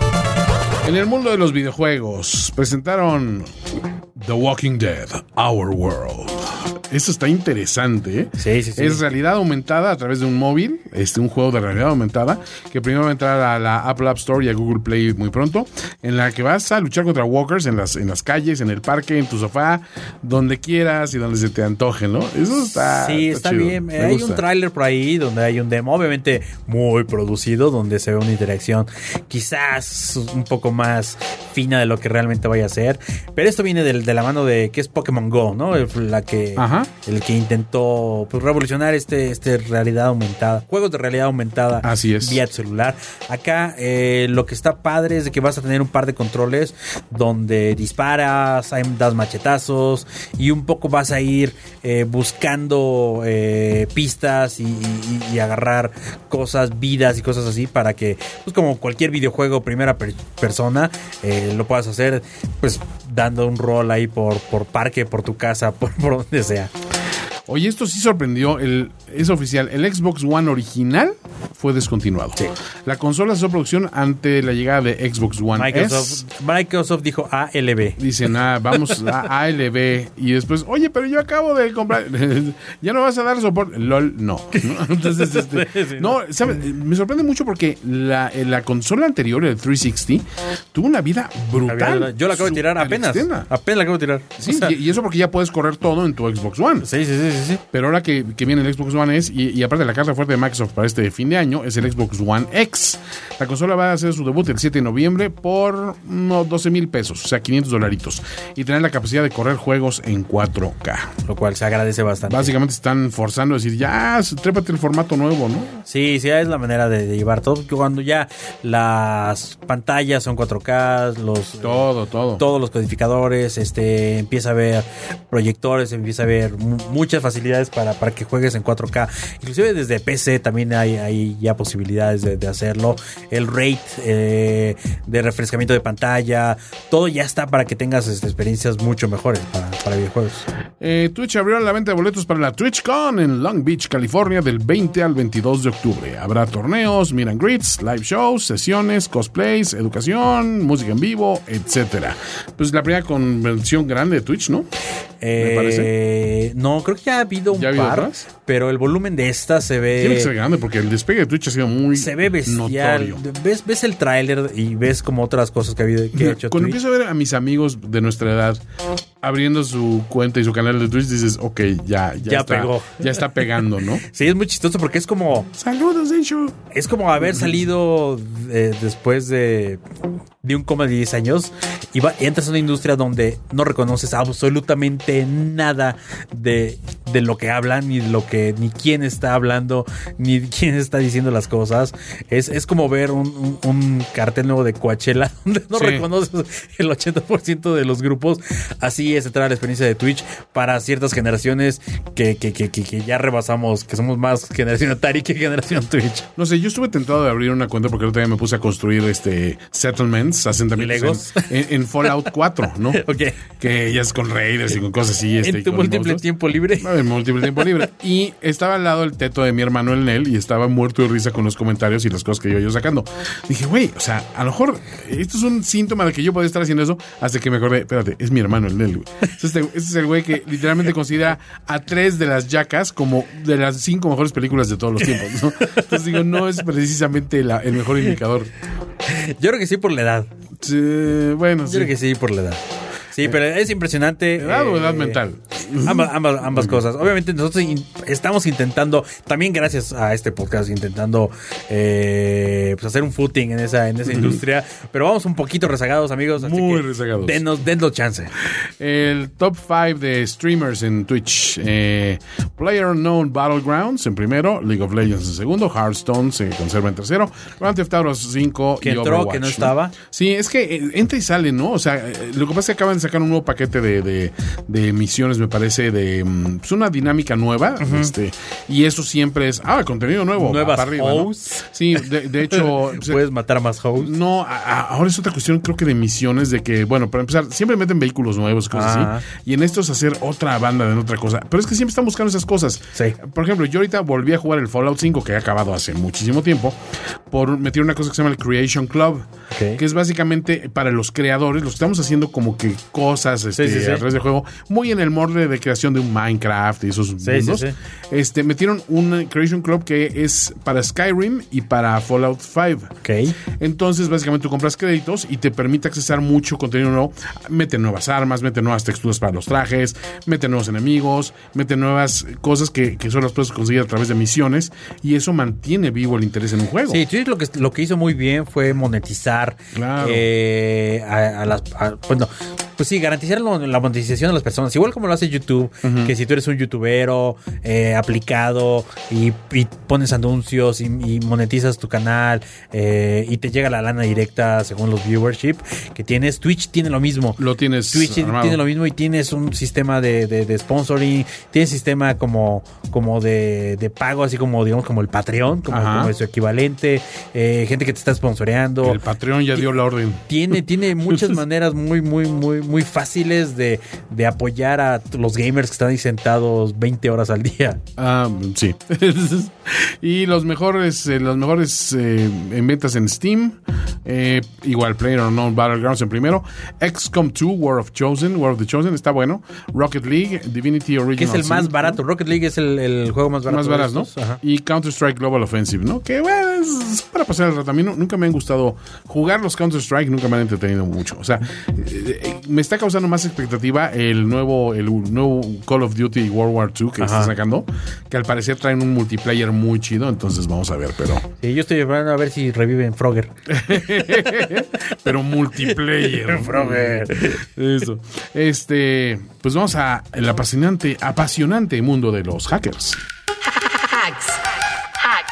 En el mundo de los videojuegos presentaron The Walking Dead, Our World. Eso está interesante, ¿eh? Sí, sí, sí. Es realidad aumentada a través de un móvil, este, un juego de realidad aumentada, que primero va a entrar a la Apple App Store y a Google Play muy pronto, en la que vas a luchar contra walkers en las, en las calles, en el parque, en tu sofá, donde quieras y donde se te antoje, ¿no? Eso está Sí, está, chido. bien. Me Hay gusta. un tráiler por ahí donde hay un demo, obviamente muy producido, donde se ve una interacción quizás un poco más fina de lo que realmente vaya a ser. Pero esto viene del- de, la mano de que es Pokémon Go, ¿no? El, la que, Ajá. el que intentó pues, revolucionar este, este realidad aumentada, juegos de realidad aumentada. Así es. Vía celular. Acá eh, lo que está padre es de que vas a tener un par de controles donde disparas, hay- das machetazos y un poco vas a ir eh, buscando eh, pistas y, y- y agarrar cosas, vidas y cosas así para que, pues como cualquier videojuego primera per- persona, eh, lo puedas hacer pues dando un rol ahí por, por parque, por tu casa, por, por donde sea. Oye, esto sí sorprendió, el, es oficial, el Xbox One original fue descontinuado. Sí. La consola cesó producción ante la llegada de Xbox One Microsoft, S. Microsoft dijo A L B. Dicen, ah, vamos a A L B. Y después, oye, pero yo acabo de comprar. ¿Ya no vas a dar soporte? LOL, no. ¿no? Entonces, este, Sí, sí, no, ¿sabes? Me sorprende mucho porque la, la consola anterior, el trescientos sesenta, tuvo una vida brutal. Yo la acabo de tirar Súper apenas. extrema. Apenas la acabo de tirar. Sí, O sea, y, y eso porque ya puedes correr todo en tu Xbox One. sí, sí, sí, sí, sí. Pero ahora que, que viene el Xbox One S y, y aparte la carta fuerte de Microsoft para este fin de año es el Xbox One X. La consola va a hacer su debut el siete de noviembre por unos doce mil pesos, o sea, quinientos dolaritos. Y tener la capacidad de correr juegos en cuatro K. Lo cual se agradece bastante. Básicamente están forzando a decir, ya, trépate el formato nuevo, ¿no? Sí, sí, es la manera de, de llevar todo. Cuando ya las pantallas son cuatro K, los Todo, todo. todos los codificadores, este, empieza a haber proyectores, empieza a haber mu- muchas facilidades para, para que juegues en cuatro K. Inclusive desde P C también hay, hay ya posibilidades de, de hacerlo. El rate eh, de refrescamiento de pantalla, todo ya está para que tengas este, experiencias mucho mejores para, para videojuegos. Eh, Twitch abrió la venta de boletos para la TwitchCon en Long Beach, California, del veinte al veintidós de octubre. Habrá torneos, meet and greets, live shows, sesiones, cosplays, educación, música en vivo, etcétera. Pues la primera convención grande de Twitch, ¿no? Eh, parece. No, creo que ya ha habido un ¿Ya ha habido par, otras? pero el volumen de esta se ve... Tiene que ser grande porque el despegue de Twitch ha sido muy Se ve bestial. notorio. Ves, ves el tráiler y ves como otras cosas que ha habido que ha hecho Cuando Twitch. empiezo a ver a mis amigos de nuestra edad abriendo su cuenta y su canal de Twitch, dices, ok, ya, ya, Ya está, pegó. ya está pegando, ¿no? Sí, es muy chistoso porque es como Saludos, Dencho. es como haber salido de- después de de un coma de diez años y va- entras a una industria donde no reconoces absolutamente nada de, de lo que hablan, ni de lo que, ni quién está hablando, ni quién está diciendo las cosas. Es, es como ver un, un- un cartel nuevo de Coachella donde no Sí. reconoces el ochenta por ciento de los grupos. Así es entrar a la experiencia de Twitch para ciertas generaciones que, que, que, que, que ya rebasamos, que somos más generación Atari que generación Twitch. No sé, yo estuve tentado de abrir una cuenta porque el otro día me puse a construir este settlements, asentamientos Legos. en, en- en Fallout cuatro, ¿no? Ok. Que ya es con raiders y con cosas así. Este, En y tu con múltiple monstruos. tiempo libre. No, en múltiple tiempo libre. Y estaba al lado el teto de mi hermano el Nel y estaba muerto de risa con los comentarios y las cosas que iba yo sacando. Dije, güey, o sea, a lo mejor esto es un síntoma de que yo podía estar haciendo eso hasta que me acordé, espérate, es mi hermano el Nel, güey. Este, este es el güey que literalmente considera a tres de las Jackass como de las cinco mejores películas de todos los tiempos, ¿no? Entonces digo, no es precisamente la- el mejor indicador. Yo creo que sí por la edad. Sí, bueno, Yo sí. creo que sí por la edad. Sí, pero es impresionante. ¿Edad o edad mental? Ambas, ambas, ambas cosas. Obviamente nosotros in- estamos intentando, también gracias a este podcast, intentando eh, pues hacer un footing en esa, en esa industria. Pero vamos un poquito rezagados, amigos. Así Muy que rezagados. Denos, denos chance. El top cinco de streamers en Twitch. Eh, PlayerUnknown Battlegrounds en primero, League of Legends en segundo, Hearthstone se conserva en tercero, Grand Theft Auto cinco Que y entró, Overwatch, que no estaba. Sí, es que eh, entra y sale, ¿no? O sea, eh, lo que pasa es que acaban de sacar un nuevo paquete de, de, de misiones, me parece, de mm, pues una dinámica nueva, este, y eso siempre es, ah, contenido nuevo. Nuevas para arriba, ¿no? hosts. Sí, de, de hecho... pues, Puedes matar a más hosts. no, a- a- ahora es otra cuestión, creo que de misiones, de que, bueno, para empezar, siempre meten vehículos nuevos, cosas Ah. así, y en esto es hacer otra banda de otra cosa. Pero es que siempre están buscando esas cosas. Sí. Por ejemplo, yo ahorita volví a jugar el Fallout cinco, que he acabado hace muchísimo tiempo, por meter una cosa que se llama el Creation Club, Ok. que es básicamente para los creadores, los que estamos haciendo como que cosas este, Sí, sí, sí. a través del juego, muy en el molde de creación de un Minecraft y esos Sí, mundos. sí, sí. Este, metieron un Creation Club que es para Skyrim y para Fallout cinco. Ok. Entonces, básicamente tú compras créditos y te permite accesar mucho contenido nuevo. Mete nuevas armas, mete nuevas texturas para los trajes, mete nuevos enemigos, mete nuevas cosas que, que solo las puedes conseguir a través de misiones y eso mantiene vivo el interés en un juego. Sí, Twitch lo que, lo que hizo muy bien fue monetizar Claro. eh, a, a las... a- bueno, pues sí, garantizar lo- la monetización de las personas. Igual como lo hace YouTube, que si tú eres un youtubero eh, aplicado y, y pones anuncios y, y monetizas tu canal eh, y te llega la lana directa según los viewership que tienes, Twitch tiene lo mismo. Lo tienes Twitch tiene- armado. tiene lo mismo y tienes un sistema de, de, de sponsoring, tienes sistema como, como de, de pago, así como digamos como el Patreon, como, Ajá. como su equivalente, eh, gente que te está sponsoreando. El Patreon ya dio la orden. Tiene, tiene muchas maneras muy, muy, muy, muy fáciles de, de apoyar a los gamers que están ahí sentados veinte horas al día. Ah, sí. Y los mejores, eh, los mejores eh, en ventas en Steam, eh, igual PlayerUnknown Battlegrounds en primero, X COM dos War of Chosen, War of the Chosen, está bueno, Rocket League, Divinity Original Que es el Sin, más barato. ¿no? Rocket League es el, el juego más barato. Más barato, ¿no? Ajá. Y Counter-Strike Global Offensive, ¿no? Que bueno, es para pasar el rato. A mí no, nunca me han gustado jugar los Counter-Strike, nunca me han entretenido mucho. O sea, eh, eh, me está causando más expectativa el nuevo, el nuevo Call of Duty World War dos que Ajá. está sacando, que al parecer traen un multiplayer muy chido, entonces vamos a ver, pero... Sí, yo estoy esperando a ver si reviven Frogger. pero multiplayer. Frogger. Eso. Este, pues vamos a el apasionante, apasionante mundo de los hackers. Hacks. Hacks.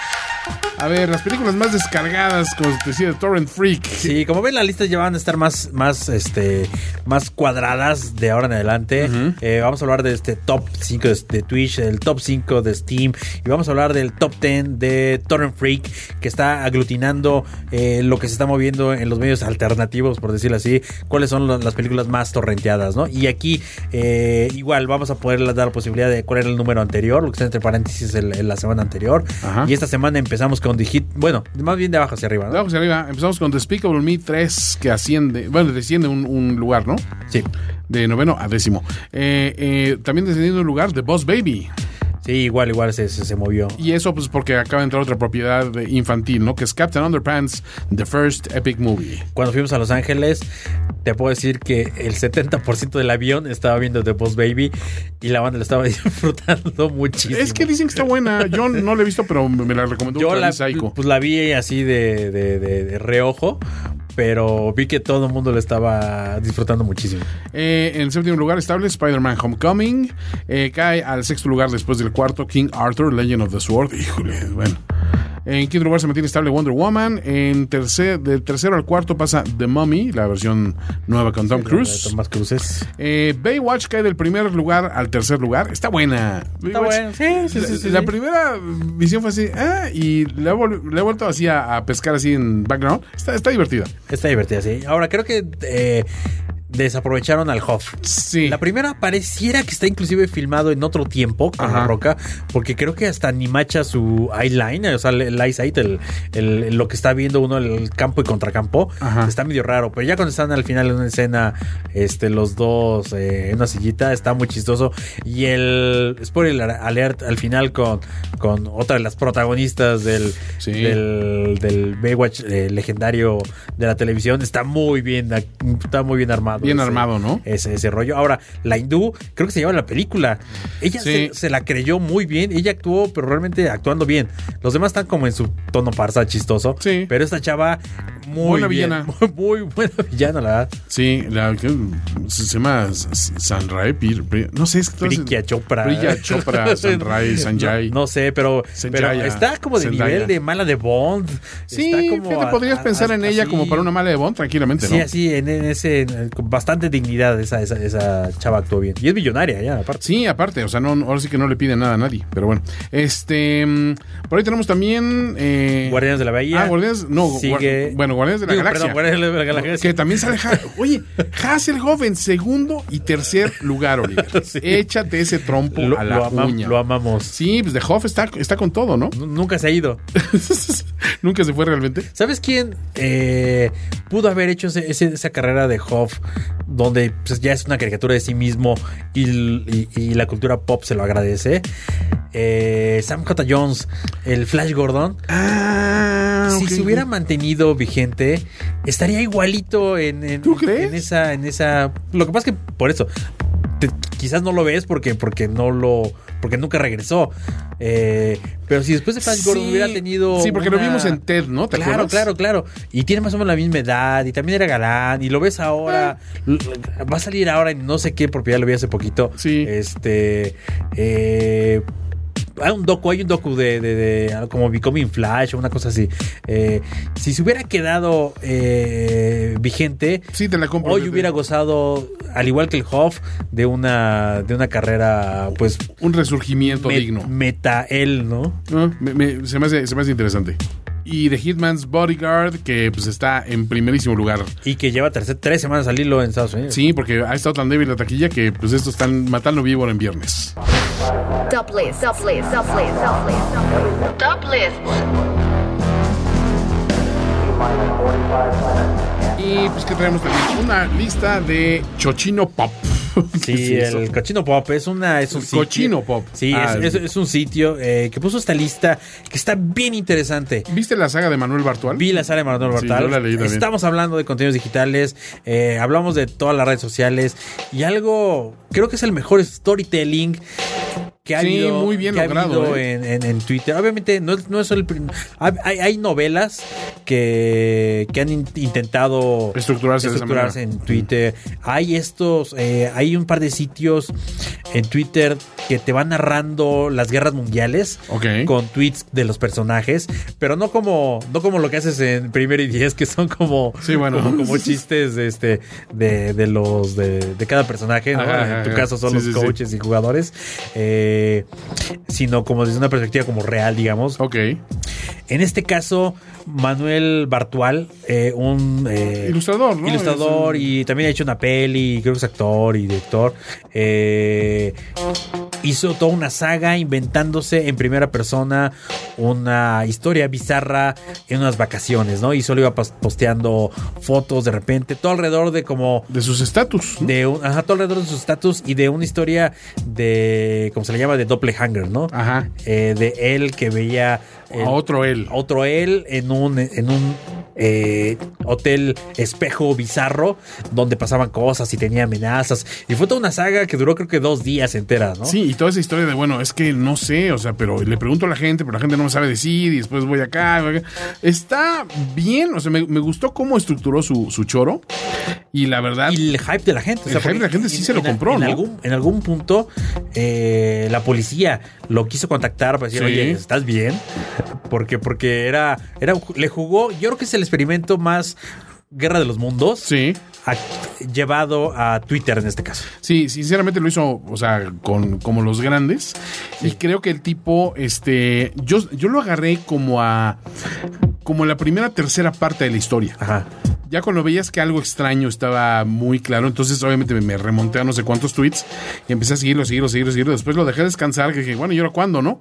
A ver, las películas más descargadas, como te decía, de Torrent Freak. Sí, como ven, las listas ya van a estar más, más, este, más cuadradas de ahora en adelante. Uh-huh. eh, vamos a hablar de este top cinco de, de Twitch, el top cinco de Steam, y vamos a hablar del top diez de Torrent Freak, que está aglutinando eh, lo que se está moviendo en los medios alternativos, por decirlo así, cuáles son lo, las películas más torrenteadas, ¿no? Y aquí, eh, igual, vamos a poder dar la posibilidad de cuál era el número anterior, lo que está entre paréntesis el, el, la semana anterior. Ajá. Y esta semana empezamos con Digit, bueno, más bien de abajo hacia arriba, ¿no? De abajo hacia arriba. Empezamos con Despicable Me tres, que asciende, bueno, desciende un, un lugar, ¿no? Sí. De noveno a décimo. Eh, eh, también descendiendo un lugar, The Boss Baby. Sí, igual, igual se, se, se movió. Y eso pues porque acaba de entrar otra propiedad infantil, ¿no? Que es Captain Underpants, The First Epic Movie. Cuando fuimos a Los Ángeles, te puedo decir que el setenta por ciento del avión estaba viendo The Boss Baby y la banda lo estaba disfrutando muchísimo. Es que dicen que está buena. Yo no la he visto, pero me la recomendó. Yo la, Psycho. Pues la vi así de, de, de, de reojo, pero vi que todo el mundo lo estaba disfrutando muchísimo. Eh, en el séptimo lugar estable Spider-Man Homecoming. Eh, cae al sexto lugar después del cuarto King Arthur, Legend of the Sword. Híjole, bueno. En quinto lugar se mantiene estable Wonder Woman. En tercer, del tercero al cuarto pasa The Mummy, la versión nueva con Tom Sí, Cruise. Tomás Cruises. Eh, Baywatch cae del primer lugar al tercer lugar. Está buena. Está buena. Sí, sí, sí, sí, La sí. primera visión fue así, ah, y le he, vol- le he vuelto así a, a pescar así en background. Está, está divertida. Está divertida, sí. Ahora, creo que eh, desaprovecharon al Hoff. Sí. La primera pareciera que está inclusive filmado en otro tiempo con Ajá. La Roca, porque creo que hasta ni macha su eyeline, o sea, el eyesight, el, el, lo que está viendo uno, el campo y contracampo, Ajá. está medio raro, pero ya cuando están al final en una escena, este, los dos eh, en una sillita, está muy chistoso. Y el spoiler alert al final con, con otra de las protagonistas del, Sí. del, del Baywatch eh, legendario de la televisión, está muy bien, está muy bien armado. Bien ese, armado, ¿no? Ese, ese rollo. Ahora, la hindú, creo que se lleva la película. Ella Sí. se, se la creyó muy bien. Ella actuó, pero realmente actuando bien. Los demás están como en su tono farsa chistoso. Sí. Pero esta chava, muy Buena bien. villana. Muy, muy buena villana, la verdad. Sí, la que se llama Sanjay, Pir, Pir, no sé, es que Prikya Chopra. Prikya Chopra, Sanjay, Sanjay. No, no sé, pero, pero Zendaya, está como de Zendaya. nivel de mala de Bond. Sí, Está como fíjate, a- podrías a- pensar en así. ella como para una mala de Bond, tranquilamente, Sí, ¿no? así, en, en ese, en- con bastante dignidad esa, esa, esa chava actuó bien. Y es millonaria ya, aparte. Sí, aparte, o sea, no, ahora sí que no le pide nada a nadie, pero bueno. Este, mm, por ahí tenemos también... Eh, Guardianes de la Bahía. Ah, Guardianes, no, Sigue. guar- bueno, Guardianes de la Digo, Galaxia. Perdón, Guardianes de la Galaxia. Que también sale... Ha- Oye, Hasselhoff en segundo y tercer lugar, Oliver. Sí. Échate ese trompo Lo, a la lo ama- uña. lo amamos. Sí, pues de Hoff está, está con todo, ¿no? N- Nunca se ha ido. Nunca se fue realmente. ¿Sabes quién eh, pudo haber hecho ese- ese- esa carrera de Hoff, donde pues, ya es una caricatura de sí mismo y, y- y la cultura pop se lo agradece? Eh, Sam J. Jones, el Flash Gordon. Ah, Si ok. se hubiera mantenido vigente, estaría igualito en, en, ¿Tú crees? en esa, en esa. Lo que pasa es que por eso. te- quizás no lo ves porque, porque no lo. Porque nunca regresó. Eh, pero si después de Flash Gordon Sí, hubiera tenido. sí, porque lo una- vimos en Ted, ¿no? ¿Te claro, acuerdas? claro, claro. Y tiene más o menos la misma edad. Y también era galán. Y lo ves ahora. l- Va a salir ahora en no sé qué propiedad, lo vi hace poquito. Sí. Este. Eh. Hay un docu, hay un docu de, de, de como Becoming Flash o una cosa así. Eh, si se hubiera quedado eh, vigente, Sí, te la compro. hoy desde- hubiera gozado, al igual que el Hoff, de una de una carrera, pues, un resurgimiento me- digno. meta él, ¿no? Ah, me- me- se, me hace, se me hace interesante. Y The Hitman's Bodyguard, que pues está en primerísimo lugar. Y que lleva tercer, tres semanas al hilo en Estados Unidos. Sí, porque ha estado tan débil la taquilla que pues estos están matando vivo en viernes. Top list, top list, top list, top list, top list. Y pues que traemos también una lista de Chochino Pop. Sí, ¿Qué es el eso? Cochino Pop es una es un El sitio. Cochino Pop. Sí, Ah, es, es- es un sitio eh, que puso esta lista que está bien interesante. ¿Viste la saga de Manuel Bartual? Vi la sala de Manuel Sí, Bartal. yo la leí también. Estamos hablando de contenidos digitales, eh, hablamos de todas las redes sociales y algo, creo que es el mejor storytelling que ha Sí, habido, muy bien que ha logrado, habido ¿eh? en, en- en Twitter. Obviamente no es, no es el prim- hay, hay novelas que, que han in- intentado Estructurarse de esa estructurarse manera. en Twitter. Hay estos, eh, hay un par de sitios en Twitter que te van narrando las guerras mundiales Ok. con tweets de los personajes, pero no como no como lo que haces en Primero y Diez, que son como, Sí, bueno. como, como chistes de este de, de los de, de cada personaje, ¿no? Ajá, En tu ajá. caso son Sí, los sí, sí. coaches y jugadores, eh, sino como desde una perspectiva como real, digamos. Ok. En este caso, Manuel Bartual, eh, un eh, Ilustrador, ¿no? ilustrador Es un- y también ha hecho una peli, creo que es actor y director. Eh, hizo toda una saga inventándose en primera persona una historia bizarra en unas vacaciones, ¿no? Y solo iba pas- posteando fotos de repente, todo alrededor de como De sus estatus. ¿no? de un, ajá, todo alrededor de su estatus y de una historia de, ¿cómo se le llama? De doppelganger, ¿no? Ajá. Eh, de él que veía el- A otro él. otro él en un en un eh, hotel espejo bizarro donde pasaban cosas y tenía amenazas y fue toda una saga que duró creo que dos días enteras, ¿no? Sí, y toda esa historia de, bueno, es que no sé, o sea, pero le pregunto a la gente, pero la gente no me sabe decir y después voy acá. voy acá. Está bien, o sea, me, me gustó cómo estructuró su, su choro y la verdad... Y el hype de la gente. El hype porque de la gente sí se lo en- compró, en ¿no? Algún, en algún punto, eh, la policía lo quiso contactar para decir, Sí. oye, ¿estás bien? Porque, porque era, era, le jugó, yo creo que es el experimento más Guerra de los Mundos Sí. a- llevado a Twitter en este caso. Sí, sinceramente lo hizo, o sea, con como los grandes. Y creo que el tipo, este, yo, yo lo agarré como a, como la primera tercera parte de la historia. Ajá. Ya cuando veías que algo extraño estaba muy claro, entonces obviamente me, me remonté a no sé cuántos tweets y empecé a seguirlo, seguirlo, seguirlo, seguirlo. Después lo dejé descansar, que dije, bueno, ¿y ahora cuándo, no?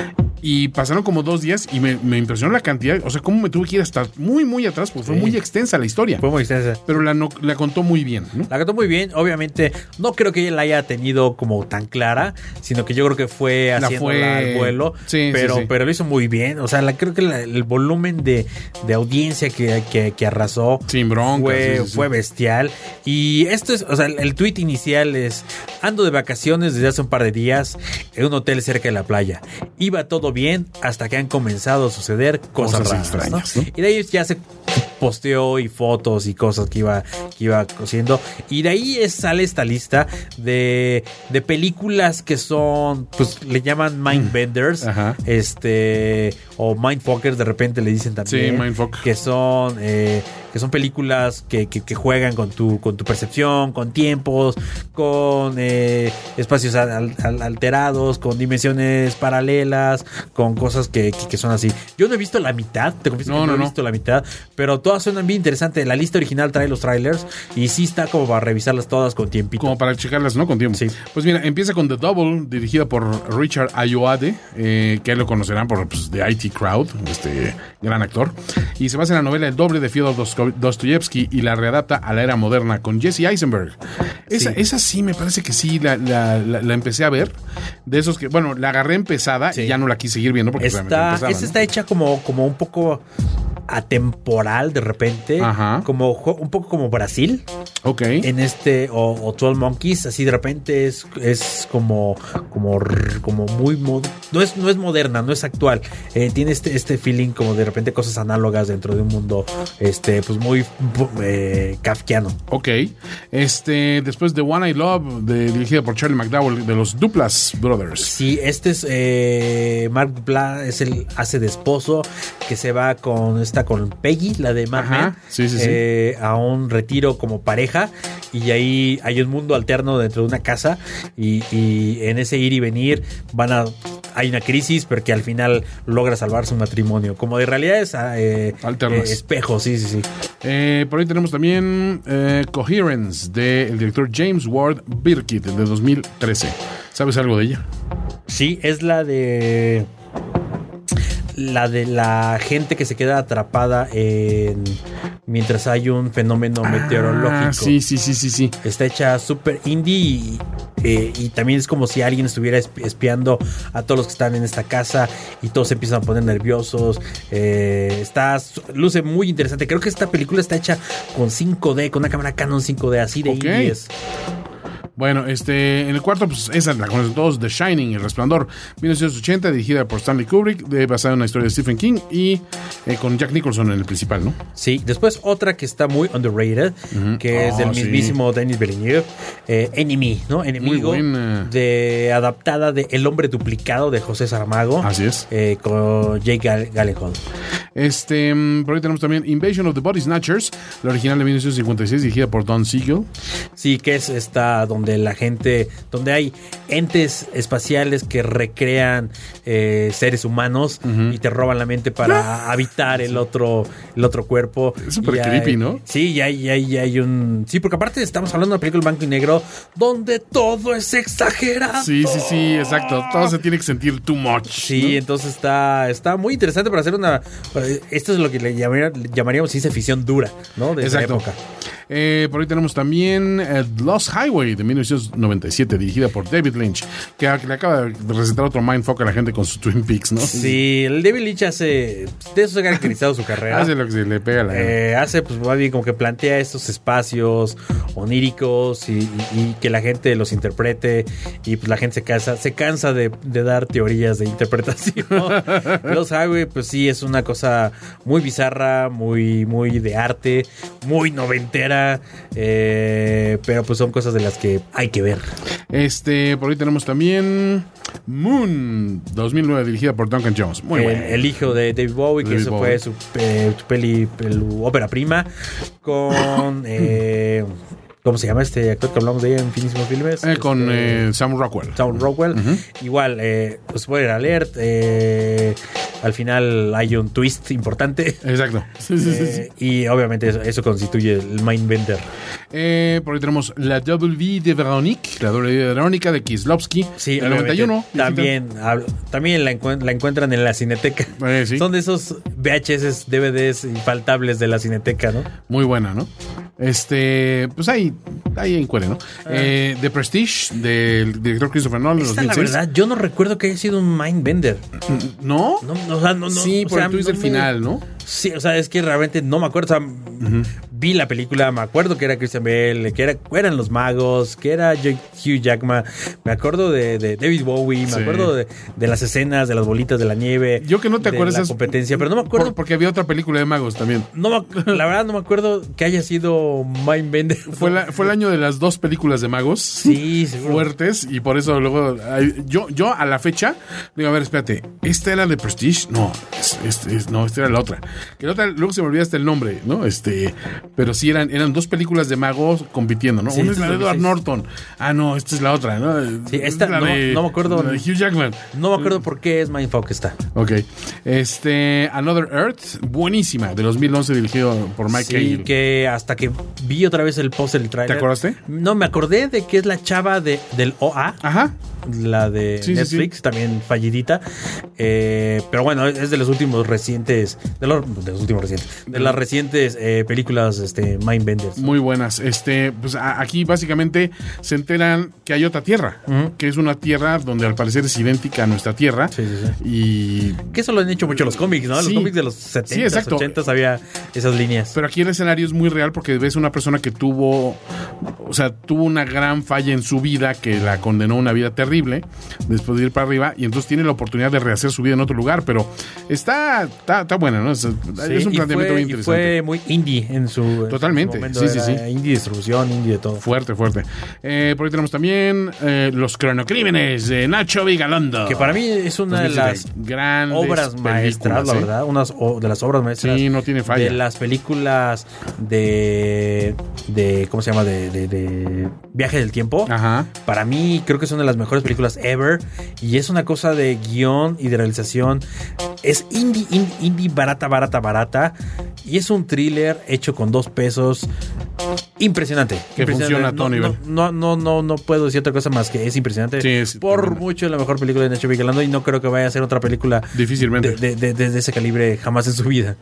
Y pasaron como dos días y me, me impresionó la cantidad, o sea, cómo me tuve que ir hasta muy, muy atrás, porque fue Sí. muy extensa la historia. Fue muy extensa. Pero la, no- la contó muy bien, ¿no? La contó muy bien, obviamente. No creo que ella la haya tenido como tan clara, sino que yo creo que fue La haciendo fue- al vuelo. Sí, pero, sí, sí. pero lo hizo muy bien. O sea, la, creo que la- el volumen de, de audiencia que, que, que arrasó Sin broncas, fue, sí, sí, sí. fue bestial. Y esto es, o sea, el, el tweet inicial es: ando de vacaciones desde hace un par de días en un hotel cerca de la playa. Iba todo bien hasta que han comenzado a suceder cosas, Cosas raras, extrañas, ¿no? ¿no? Y de ahí ya se posteó y fotos y cosas que iba, que iba cosiendo. Y de ahí es- sale esta lista de, de películas que son, pues le llaman mindbenders, Ajá. este, o mindfuckers de repente le dicen también. Sí, mindfuck. Que son, eh, que son películas que, que, que juegan con tu, con tu percepción, con tiempos, con eh, espacios al- al- alterados, con dimensiones paralelas, con cosas que, que, que son así. Yo no he visto la mitad, te confieso No, que no, no, he no. visto la mitad, pero todas suenan bien interesantes. La lista original trae los trailers y sí está como para revisarlas todas con tiempito. Como para checarlas, ¿no? Con tiempo. Sí. Pues mira, empieza con The Double, dirigida por Richard Ayoade, eh, que lo conocerán por pues, The I T Crowd, este gran actor. Y se basa en la novela El Doble de Fyodor Dosto- Dostoyevsky y la readapta a la era moderna con Jesse Eisenberg. Esa Sí. sí, esa sí me parece que sí la, la, la- la empecé a ver. De esos que, bueno, la agarré empezada Sí. y ya no la quise seguir viendo porque realmente Está, empezaba, esta ¿no? está hecha como, como un poco atemporal de repente, Ajá. como jo- un poco como Brasil Ok. en este o, o twelve Monkeys, así de repente es, es como como r- como muy mod- no es no es moderna, no es actual. Eh, tiene este este feeling como de repente cosas análogas dentro de un mundo este pues muy eh, kafkiano. Ok. Este, después The One I Love, de, dirigida por Charlie McDowell, de los Duplas Brothers. Sí, este es eh, Mark Bla, es el hace de esposo que se va con esta con Peggy, la de Mad Ajá, Men, sí, sí, sí. eh, a un retiro como pareja y ahí hay un mundo alterno dentro de una casa y, y en ese ir y venir van a hay una crisis, pero que al final logra salvar su matrimonio. Como de realidades eh, alternas. Eh, espejos, sí, sí, sí. Eh, por ahí tenemos también eh, Coherence, del director James Ward Birkitt, de dos mil trece. ¿Sabes algo de ella? Sí, es la de... La de la gente que se queda atrapada en... mientras hay un fenómeno ah, meteorológico. Sí, sí, sí, sí, sí. Está hecha súper indie y, eh, y también es como si alguien estuviera espiando a todos los que están en esta casa y todos se empiezan a poner nerviosos. Eh, está, luce muy interesante. Creo que esta película está hecha con cinco D, con una cámara Canon cinco D, así de okay. indie es. Bueno, este, en el cuarto, pues esa la conocen todos, The Shining, El Resplandor, mil novecientos ochenta, dirigida por Stanley Kubrick, de, basada en una historia de Stephen King y eh, con Jack Nicholson en el principal, ¿no? Sí, después otra que está muy underrated, uh-huh. que oh, es del mismísimo sí. Denis Villeneuve, eh, Enemy, ¿no? Enemigo, de adaptada de El Hombre Duplicado de José Saramago. Así es. Eh, con Jake Gyllenhaal. Este, por ahí tenemos también Invasion of the Body Snatchers, la original de mil novecientos cincuenta y seis, dirigida por Don Siegel. Sí, que es esta donde la gente, donde hay entes espaciales que recrean eh, seres humanos uh-huh. y te roban la mente para habitar el otro, el otro cuerpo. Es súper creepy, ¿no? Sí, ya hay, ya, hay, ya hay un... Sí, porque aparte estamos hablando de una película en blanco y negro donde todo es exagerado. Sí, sí, sí, exacto. Todo se tiene que sentir too much. Sí, ¿no? entonces está, está muy interesante para hacer una... Esto es lo que le llamaría, llamaríamos ciencia ficción dura, ¿no? De esa época. Eh, por ahí tenemos también eh, Lost Highway de mil novecientos noventa y siete, dirigida por David Lynch, que, que le acaba de recetar otro mindfuck a la gente con sus Twin Peaks, ¿no? Sí, el David Lynch hace... De eso se ha caracterizado su carrera. Hace lo que se le pega a la eh, Hace, pues, más bien como que plantea estos espacios oníricos y, y, y que la gente los interprete y pues la gente se cansa, se cansa de, de dar teorías de interpretación. Lost Highway, pues sí, es una cosa muy bizarra, muy, muy de arte, muy noventera. Eh, pero pues son cosas de las que hay que ver. Este, por ahí tenemos también Moon dos mil nueve, dirigida por Duncan Jones. Muy el, bueno. El hijo de David Bowie, David que eso Bowie. fue su, eh, su peli, su ópera prima con eh, ¿cómo se llama este actor que hablamos de ella en Finísimos Filmes? Eh, con este, eh, Sam Rockwell. Sam Rockwell. Uh-huh. Igual, eh, spoiler alert, eh, al final hay un twist importante. Exacto. Sí, sí, eh, sí, sí. Y obviamente eso, eso constituye el Mindbender. Eh, por ahí tenemos La Double V de Veronique, la doble vida de Verónica de Kieslowski. Sí, el noventa y uno. También, hablo, también la, encu- la encuentran en la Cineteca. Eh, sí. Son de esos V H S, D V Ds infaltables de la Cineteca, ¿no? Muy buena, ¿no? Este, pues ahí, ahí encuentre, ¿no? Ah. Eh, The Prestige, del director Christopher Nolan, Esta, dos mil seis. La verdad, yo no recuerdo que haya sido un Mindbender. ¿No? No, no, o sea, no, no sí, o por sea, el twist no del me... final, ¿no? Sí, o sea, es que realmente no me acuerdo. O sea, uh-huh. vi la película, me acuerdo que era Christian Bale, que era, eran los magos, que era Hugh Jackman. Me acuerdo de, de David Bowie, me sí. acuerdo de, de las escenas, de las bolitas de la nieve. Yo que no te acuerdas de la competencia, pero no me acuerdo. Por, porque había otra película de magos también. No me, la verdad no me acuerdo que haya sido Mindbender. Fue, la, fue el año de las dos películas de magos. Sí, seguro. Fuertes, y por eso luego yo, yo a la fecha digo, a ver, espérate, ¿esta era de Prestige? No, es, es, es, no, esta era la otra. Que la otra, luego se me olvida hasta el nombre, ¿no? Este, pero sí eran, eran dos películas de magos compitiendo, ¿no? Sí, una es la de Edward Norton. Ah, no, esta es la otra, ¿no? Sí, esta, la no, de, no me acuerdo. La de Hugh Jackman. No me acuerdo por qué es Mindfuck esta. Ok. Este, Another Earth, buenísima, de dos mil once, dirigido por Mike Sí, Cahill. que hasta que vi otra vez el post del trailer. ¿Te acordaste? No, me acordé de que es la chava de, del O A. Ajá. La de sí, Netflix, sí, sí. también fallidita. Eh, pero bueno, es de los últimos recientes. De los, de los últimos recientes. De las recientes eh, películas este, Mindbenders. Muy buenas. Este, pues a, aquí básicamente se enteran que hay otra tierra. Uh-huh. Que es una tierra donde al parecer es idéntica a nuestra tierra. Sí, sí, sí. Y. Que eso lo han hecho mucho los cómics, ¿no? Los sí. cómics de los setentas, sí, ochentas había esas líneas. Pero aquí el escenario es muy real porque ves una persona que tuvo. O sea, tuvo una gran falla en su vida que la condenó a una vida terrible después de ir para arriba, y entonces tiene la oportunidad de rehacer su vida en otro lugar, pero está está, está buena, ¿no? Es, Sí, es un planteamiento fue, muy y interesante. fue muy indie en su Totalmente, en su sí, sí, sí. Indie distribución, indie de todo. Fuerte, fuerte. Eh, por ahí tenemos también eh, Los Cronocrímenes de Nacho Vigalondo. Que para mí es una de las grandes obras maestras, la ¿eh? verdad, unas o, de las obras maestras. Sí, no tiene falla. De las películas de de ¿cómo se llama? De, de, de Viaje del Tiempo. Ajá. Para mí creo que es una de las mejores películas ever y es una cosa de guión y de realización. Es indie, indie, indie barata, barata, barata y es un thriller hecho con dos pesos. Impresionante. Que impresionante. funciona a todo no, nivel. No, no, no, no puedo decir otra cosa más que es impresionante. Sí, es Por tremendo. mucho la mejor película de Nacho Vigalondo y no creo que vaya a ser otra película Difícilmente. de, de, de, de ese calibre jamás en su vida.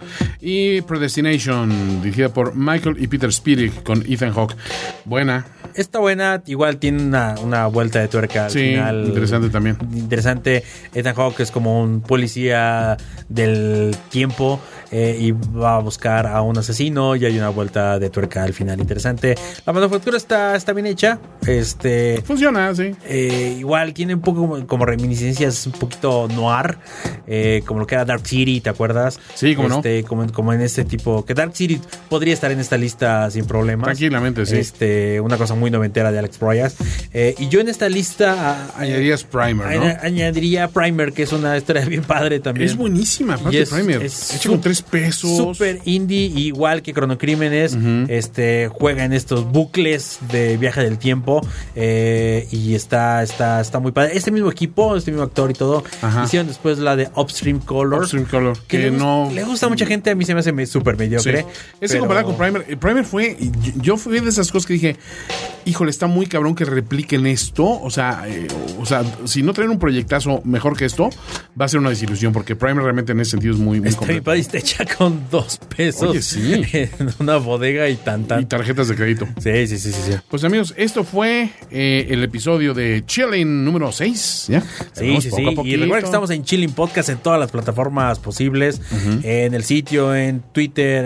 Y Predestination, dirigida por Michael y Peter Spirig con Ethan Hawke. Buena. Está buena, igual tiene una, una vuelta de tuerca al Sí, final. interesante también. Interesante. Ethan Hawke es como un policía del tiempo eh, y va a buscar a un asesino y hay una vuelta de tuerca al final interesante. La manufactura está, está bien hecha. Este Funciona, sí. eh, igual tiene un poco como, como reminiscencias un poquito noir, eh, como lo que era Dark City, ¿te acuerdas? Sí, cómo no. este, como, como en este tipo, que Dark City podría estar en esta lista sin problemas. Tranquilamente, sí. Este, una cosa muy noventera de Alex Proyas. Eh, y yo en esta lista a- Añadirías Primer, ¿no? añ- añadiría Primer, que es una historia bien padre también. Es buenísima, aparte Y es- Primer. es Hecho con su- tres pesos. Super indie, igual que Cronocrímenes. Este juega en estos bucles de viaje del tiempo. eh, y está, está, está muy padre. Este mismo equipo, este mismo actor y todo, Ajá. hicieron después la de Upstream Color. Upstream Color, Que, que le, gust- no- le gusta a mucha gente. A mí se me hace me- súper Sí. mediocre. Es pero- comparado con Primer. Eh, Primer fue. Yo, yo fui de esas cosas que dije, híjole, está muy cabrón que repliquen esto. O sea, eh, o sea, si no traen un proyectazo mejor que esto, va a ser una desilusión, porque Primer realmente en ese sentido es muy, muy Está bien completo. padre, está hecha con dos pesos. Oye, sí. En una bodega y tan, tan. Y tarjetas de crédito. Sí, sí, sí, sí, sí. Pues amigos, esto fue eh, el episodio de Chilling número seis. ¿Ya? Sí, Vamos sí, poco sí. a Y poquito. recuerden que estamos en Chilling Podcast en todas las plataformas posibles. En el sitio, en Twitter,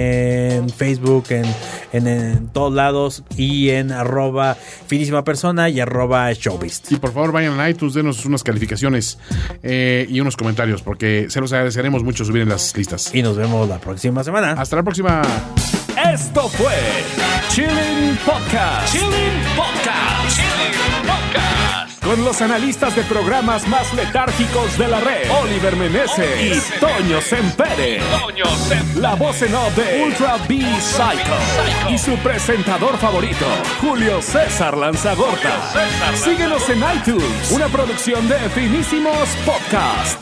en Facebook, en, en, en todos lados. Y en arroba finísima persona y arroba showbiz. Y por favor vayan a iTunes, denos unas calificaciones eh, y unos comentarios, porque se los agradeceremos mucho subir en las listas. Y nos vemos la próxima semana. Hasta la próxima. Esto fue Chilling Podcast. Chilling Podcast. Chilling Podcast. Con los analistas de programas más letárgicos de la red, Oliver Meneses y Toño Sempere. La voz en off de Ultra B Psycho. Y su presentador favorito, Julio César Lanzagorta. Síguenos en iTunes, una producción de Finísimos Podcast.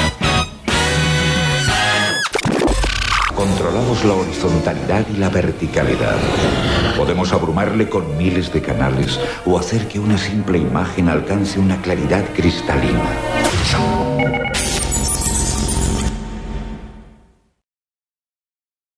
Controlamos la horizontalidad y la verticalidad. Podemos abrumarle con miles de canales o hacer que una simple imagen alcance una claridad cristalina.